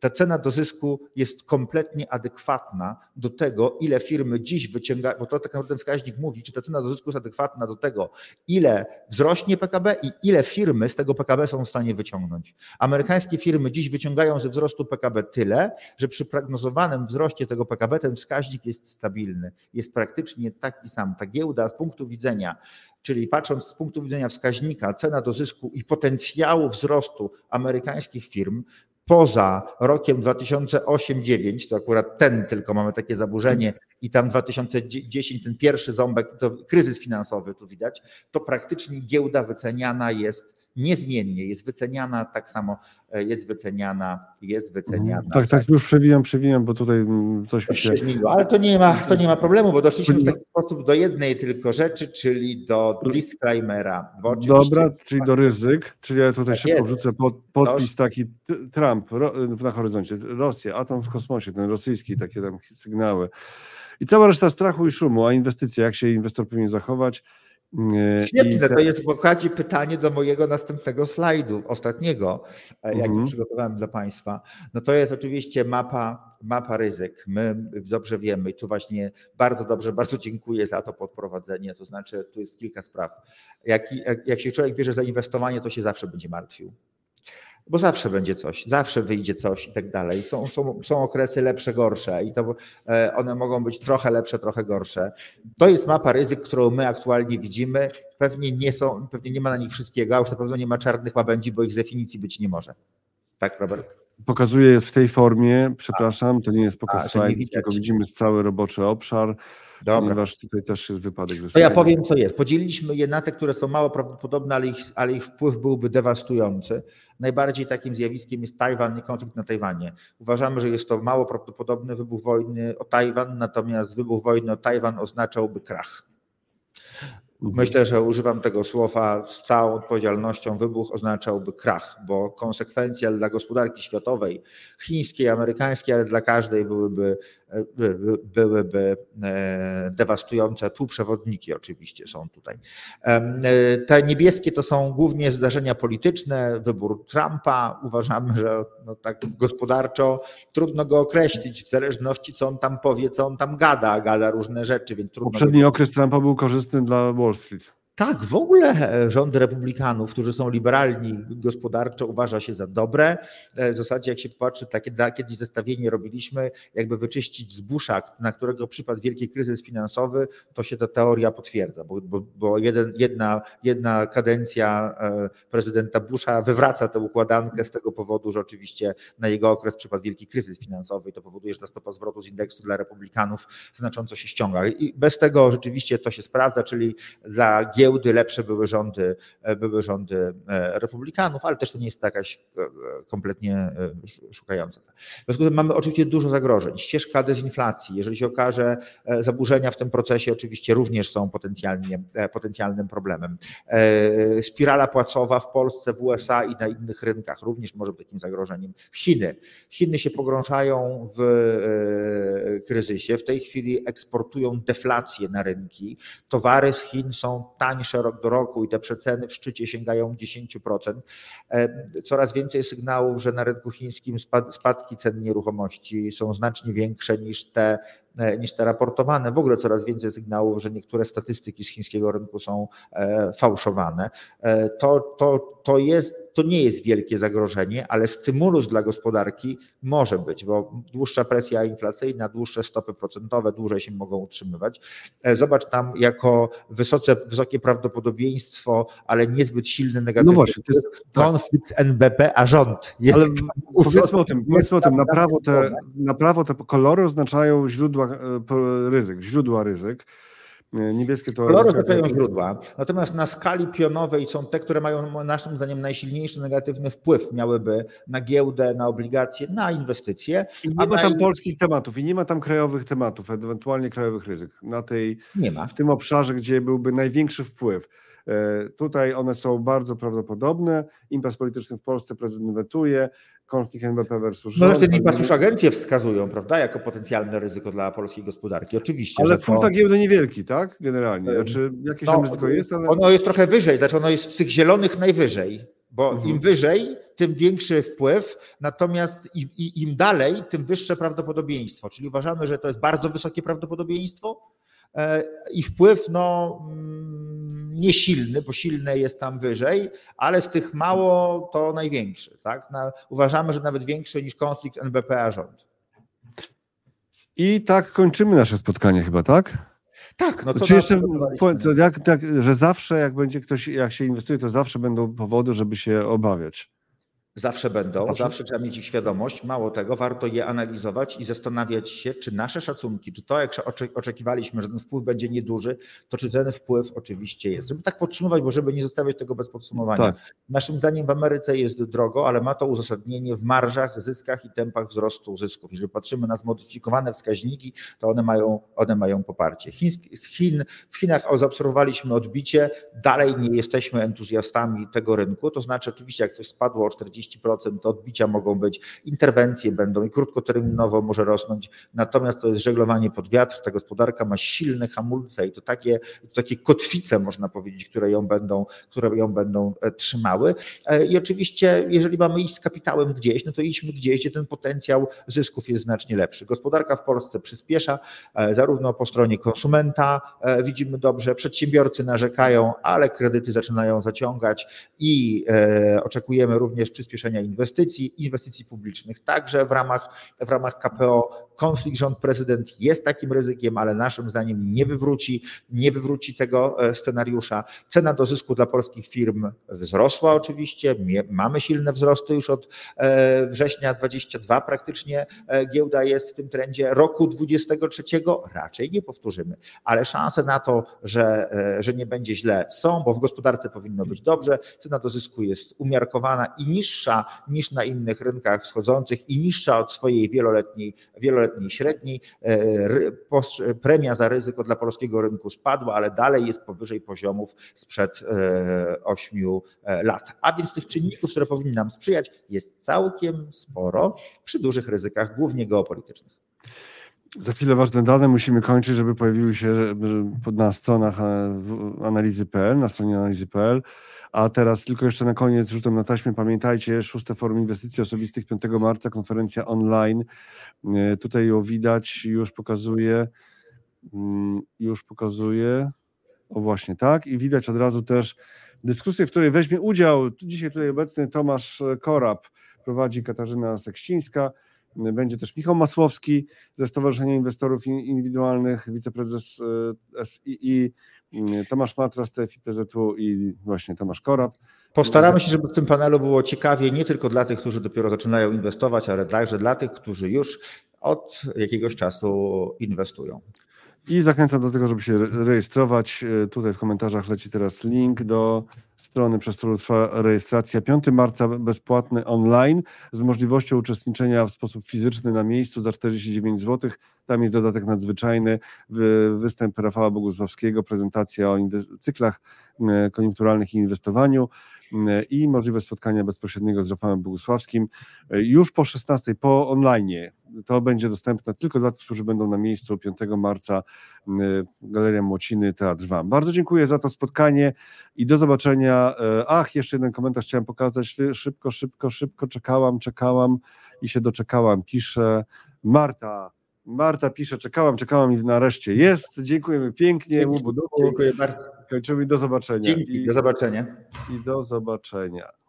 ta cena do zysku jest kompletnie adekwatna do tego, ile firmy dziś wyciągają, bo to tak naprawdę ten wskaźnik mówi, czy ta cena do zysku jest adekwatna do tego, ile wzrośnie P K B i ile firmy z tego P K B są w stanie wyciągnąć. Amerykańskie firmy dziś wyciągają ze wzrostu P K B tyle, że przy prognozowanym wzroście tego P K B ten wskaźnik jest stabilny, jest praktycznie taki sam. Ta giełda z punktu widzenia, czyli patrząc z punktu widzenia wskaźnika cena do zysku i potencjału wzrostu amerykańskich firm, poza rokiem dwa tysiące osiem dziewięć, to akurat ten tylko mamy takie zaburzenie i tam dwa tysiące dziesięć, ten pierwszy ząbek, to kryzys finansowy tu widać, to praktycznie giełda wyceniana jest niezmiennie, jest wyceniana tak samo, jest wyceniana, jest wyceniana. Tak, tak, już przewijam, przewijam, bo tutaj coś mi się... zmieniło, ale to nie ma, to nie ma problemu, bo doszliśmy w taki sposób do jednej tylko rzeczy, czyli do disclaimera. Bo Dobra, czyli do ryzyk, czyli ja tutaj tak szybko jest. wrzucę pod, podpis taki Trump ro, na horyzoncie, Rosja, atom w kosmosie, ten rosyjski, takie tam sygnały. I cała reszta strachu i szumu, a inwestycje, jak się inwestor powinien zachować? Świetne, te... to jest w okładzie pytanie do mojego następnego slajdu, ostatniego, jaki mhm. przygotowałem dla Państwa. No to jest oczywiście mapa, mapa ryzyk. My dobrze wiemy i tu właśnie bardzo dobrze, bardzo dziękuję za to podprowadzenie, to znaczy tu jest kilka spraw. Jak, jak, jak się człowiek bierze za inwestowanie, to się zawsze będzie martwił. Bo zawsze będzie coś, zawsze wyjdzie coś i tak dalej. Są, są, są okresy lepsze, gorsze i to one mogą być trochę lepsze, trochę gorsze. To jest mapa ryzyk, którą my aktualnie widzimy. Pewnie nie są, pewnie nie ma na nich wszystkiego, a już na pewno nie ma czarnych łabędzi, bo ich z definicji być nie może. Tak, Robert? Pokazuję w tej formie, przepraszam, to nie jest pokaz a, slajd, tylko widzimy cały roboczy obszar. Dobra. Ponieważ tutaj też jest wypadek. To ja powiem, co jest. Podzieliliśmy je na te, które są mało prawdopodobne, ale ich, ale ich wpływ byłby dewastujący. Najbardziej takim zjawiskiem jest Tajwan i konflikt na Tajwanie. Uważamy, że jest to mało prawdopodobny wybuch wojny o Tajwan, natomiast wybuch wojny o Tajwan oznaczałby krach. Myślę, że używam tego słowa z całą odpowiedzialnością. Wybuch oznaczałby krach, bo konsekwencje dla gospodarki światowej, chińskiej, amerykańskiej, ale dla każdej byłyby, byłyby dewastujące. Tu przewodniki oczywiście są tutaj. Te niebieskie to są głównie zdarzenia polityczne, wybór Trumpa. Uważamy, że no tak gospodarczo trudno go określić w zależności co on tam powie, co on tam gada, gada różne rzeczy. Więc trudno Poprzedni go... okres Trumpa był korzystny dla Wall Street. Tak, w ogóle rządy republikanów, którzy są liberalni gospodarczo, uważa się za dobre. W zasadzie jak się popatrzy, takie kiedyś zestawienie robiliśmy, jakby wyczyścić z Busha, na którego przypadł wielki kryzys finansowy, to się ta teoria potwierdza, bo, bo, bo jeden, jedna, jedna kadencja prezydenta Busha wywraca tę układankę z tego powodu, że oczywiście na jego okres przypadł wielki kryzys finansowy i to powoduje, że ta stopa zwrotu z indeksu dla republikanów znacząco się ściąga. I bez tego rzeczywiście to się sprawdza, czyli dla giełdy lepsze były rządy, były rządy republikanów, ale też to nie jest jakaś kompletnie szukająca. W związku z tym mamy oczywiście dużo zagrożeń. Ścieżka dezinflacji, jeżeli się okaże, zaburzenia w tym procesie oczywiście również są potencjalnie, potencjalnym problemem. Spirala płacowa w Polsce, w U S A i na innych rynkach również może być takim zagrożeniem. Chiny. Chiny się pogrążają w kryzysie. W tej chwili eksportują deflację na rynki. Towary z Chin są tańsze rok do roku i te przeceny w szczycie sięgają dziesięć procent. Coraz więcej sygnałów, że na rynku chińskim spadki cen nieruchomości są znacznie większe niż te, niż te raportowane. W ogóle coraz więcej sygnałów, że niektóre statystyki z chińskiego rynku są fałszowane. To, to, to, jest, to nie jest wielkie zagrożenie, ale stymulus dla gospodarki może być, bo dłuższa presja inflacyjna, dłuższe stopy procentowe dłużej się mogą utrzymywać. Zobacz tam jako wysoce, wysokie prawdopodobieństwo, ale niezbyt silny negatywny no właśnie, to jest, konflikt N B P, a rząd jest. Ale powiedzmy o tym, powiedzmy o tym, na prawo te, na prawo te kolory oznaczają źródła ryzyk, źródła ryzyk. Niebieskie to... Kolory oznaczają źródła, natomiast na skali pionowej są te, które mają naszym zdaniem najsilniejszy negatywny wpływ, miałyby na giełdę, na obligacje, na inwestycje. I nie ma tam polskich tematów i nie ma tam krajowych tematów, ewentualnie krajowych ryzyk na tej, nie ma. w tym obszarze, gdzie byłby największy wpływ. Tutaj one są bardzo prawdopodobne. Impas polityczny w Polsce prezydent wetuje, konflikt N B P versus rząd. No ale ten impas już agencje wskazują, prawda, jako potencjalne ryzyko dla polskiej gospodarki. Oczywiście. Ale że wpływ to... na giełdę niewielki, tak? Generalnie. Znaczy, jakieś no, tam ryzyko jest, ale... Ono jest trochę wyżej, znaczy ono jest z tych zielonych najwyżej. bo Mhm. im wyżej, tym większy wpływ, natomiast i, i, im dalej, tym wyższe prawdopodobieństwo. Czyli uważamy, że to jest bardzo wysokie prawdopodobieństwo e, i wpływ no, mm, nie silny, bo silny jest tam wyżej, ale z tych mało to największy. Tak? Na, uważamy, że nawet większy niż konflikt N B P a rząd. I tak kończymy nasze spotkanie chyba, tak? Tak, no to Czy jeszcze, przygotowaliśmy. to jak, tak, że zawsze jak będzie ktoś, jak się inwestuje, to zawsze będą powody, żeby się obawiać. Zawsze będą, Zawsze? zawsze trzeba mieć ich świadomość. Mało tego, warto je analizować i zastanawiać się, czy nasze szacunki, czy to, jak oczekiwaliśmy, że ten wpływ będzie nieduży, to czy ten wpływ oczywiście jest. Żeby tak podsumować, bo żeby nie zostawiać tego bez podsumowania. Tak. Naszym zdaniem w Ameryce jest drogo, ale ma to uzasadnienie w marżach, zyskach i tempach wzrostu zysków. Jeżeli patrzymy na zmodyfikowane wskaźniki, to one mają, one mają poparcie. Chiński, z Chin, w Chinach zaobserwowaliśmy odbicie, dalej nie jesteśmy entuzjastami tego rynku, to znaczy oczywiście jak coś spadło o czterdzieści procent, to odbicia mogą być, interwencje będą i krótkoterminowo może rosnąć, natomiast to jest żeglowanie pod wiatr, ta gospodarka ma silne hamulce i to takie, to takie kotwice można powiedzieć, które ją będą, które ją będą trzymały i oczywiście jeżeli mamy iść z kapitałem gdzieś, no to idźmy gdzieś, gdzie ten potencjał zysków jest znacznie lepszy. Gospodarka w Polsce przyspiesza, zarówno po stronie konsumenta widzimy dobrze, przedsiębiorcy narzekają, ale kredyty zaczynają zaciągać i oczekujemy również przyspieszenia inwestycji, inwestycji publicznych, także w ramach, w ramach K P O. Konflikt rząd-prezydent jest takim ryzykiem, ale naszym zdaniem nie wywróci, nie wywróci tego scenariusza. Cena do zysku dla polskich firm wzrosła oczywiście, mamy silne wzrosty już od września dwudziestego drugiego praktycznie, giełda jest w tym trendzie, roku dwudziestego trzeciego raczej nie powtórzymy, ale szanse na to, że, że nie będzie źle są, bo w gospodarce powinno być dobrze, cena do zysku jest umiarkowana i niższa niż na innych rynkach wschodzących i niższa od swojej wieloletniej, wieloletniej średniej. Premia za ryzyko dla polskiego rynku spadła, ale dalej jest powyżej poziomów sprzed ośmiu lat. A więc tych czynników, które powinny nam sprzyjać, jest całkiem sporo przy dużych ryzykach, głównie geopolitycznych. Za chwilę ważne dane musimy kończyć, żeby pojawiły się na stronach analizy kropka p l, na stronie analizy kropka p l. A teraz tylko jeszcze na koniec rzutem na taśmę. Pamiętajcie, szóste Forum Inwestycji Osobistych piątego marca, konferencja online. Tutaj ją widać, już pokazuje, już pokazuje, o właśnie tak, i widać od razu też dyskusję, w której weźmie udział dzisiaj tutaj obecny Tomasz Korab, prowadzi Katarzyna Seksińska, będzie też Michał Masłowski ze Stowarzyszenia Inwestorów Indywidualnych, wiceprezes S I I, Tomasz Matras, T F I P Z U i właśnie Tomasz Korab. Postaramy się, żeby w tym panelu było ciekawie nie tylko dla tych, którzy dopiero zaczynają inwestować, ale także dla tych, którzy już od jakiegoś czasu inwestują. I zachęcam do tego, żeby się rejestrować. Tutaj w komentarzach leci teraz link do strony, przez którą trwa rejestracja. piątego marca bezpłatny online z możliwością uczestniczenia w sposób fizyczny na miejscu za czterdzieści dziewięć złotych. Tam jest dodatek nadzwyczajny, występ Rafała Bogusławskiego, prezentacja o cyklach koniunkturalnych i inwestowaniu i możliwość spotkania bezpośredniego z Rafałem Bogusławskim już po szesnastej, po online. To będzie dostępne tylko dla tych, którzy będą na miejscu piątego marca. Galeria Młociny, Teatr Wam. Bardzo dziękuję za to spotkanie i do zobaczenia. Ach, jeszcze jeden komentarz chciałem pokazać. Szybko, szybko, szybko czekałam, czekałam i się doczekałam. Pisze Marta. Marta pisze, czekałam, czekałam i nareszcie jest. Dziękujemy pięknie. Dziękuję bardzo. Kończymy, do zobaczenia. Dzięki, I, do zobaczenia. I do zobaczenia.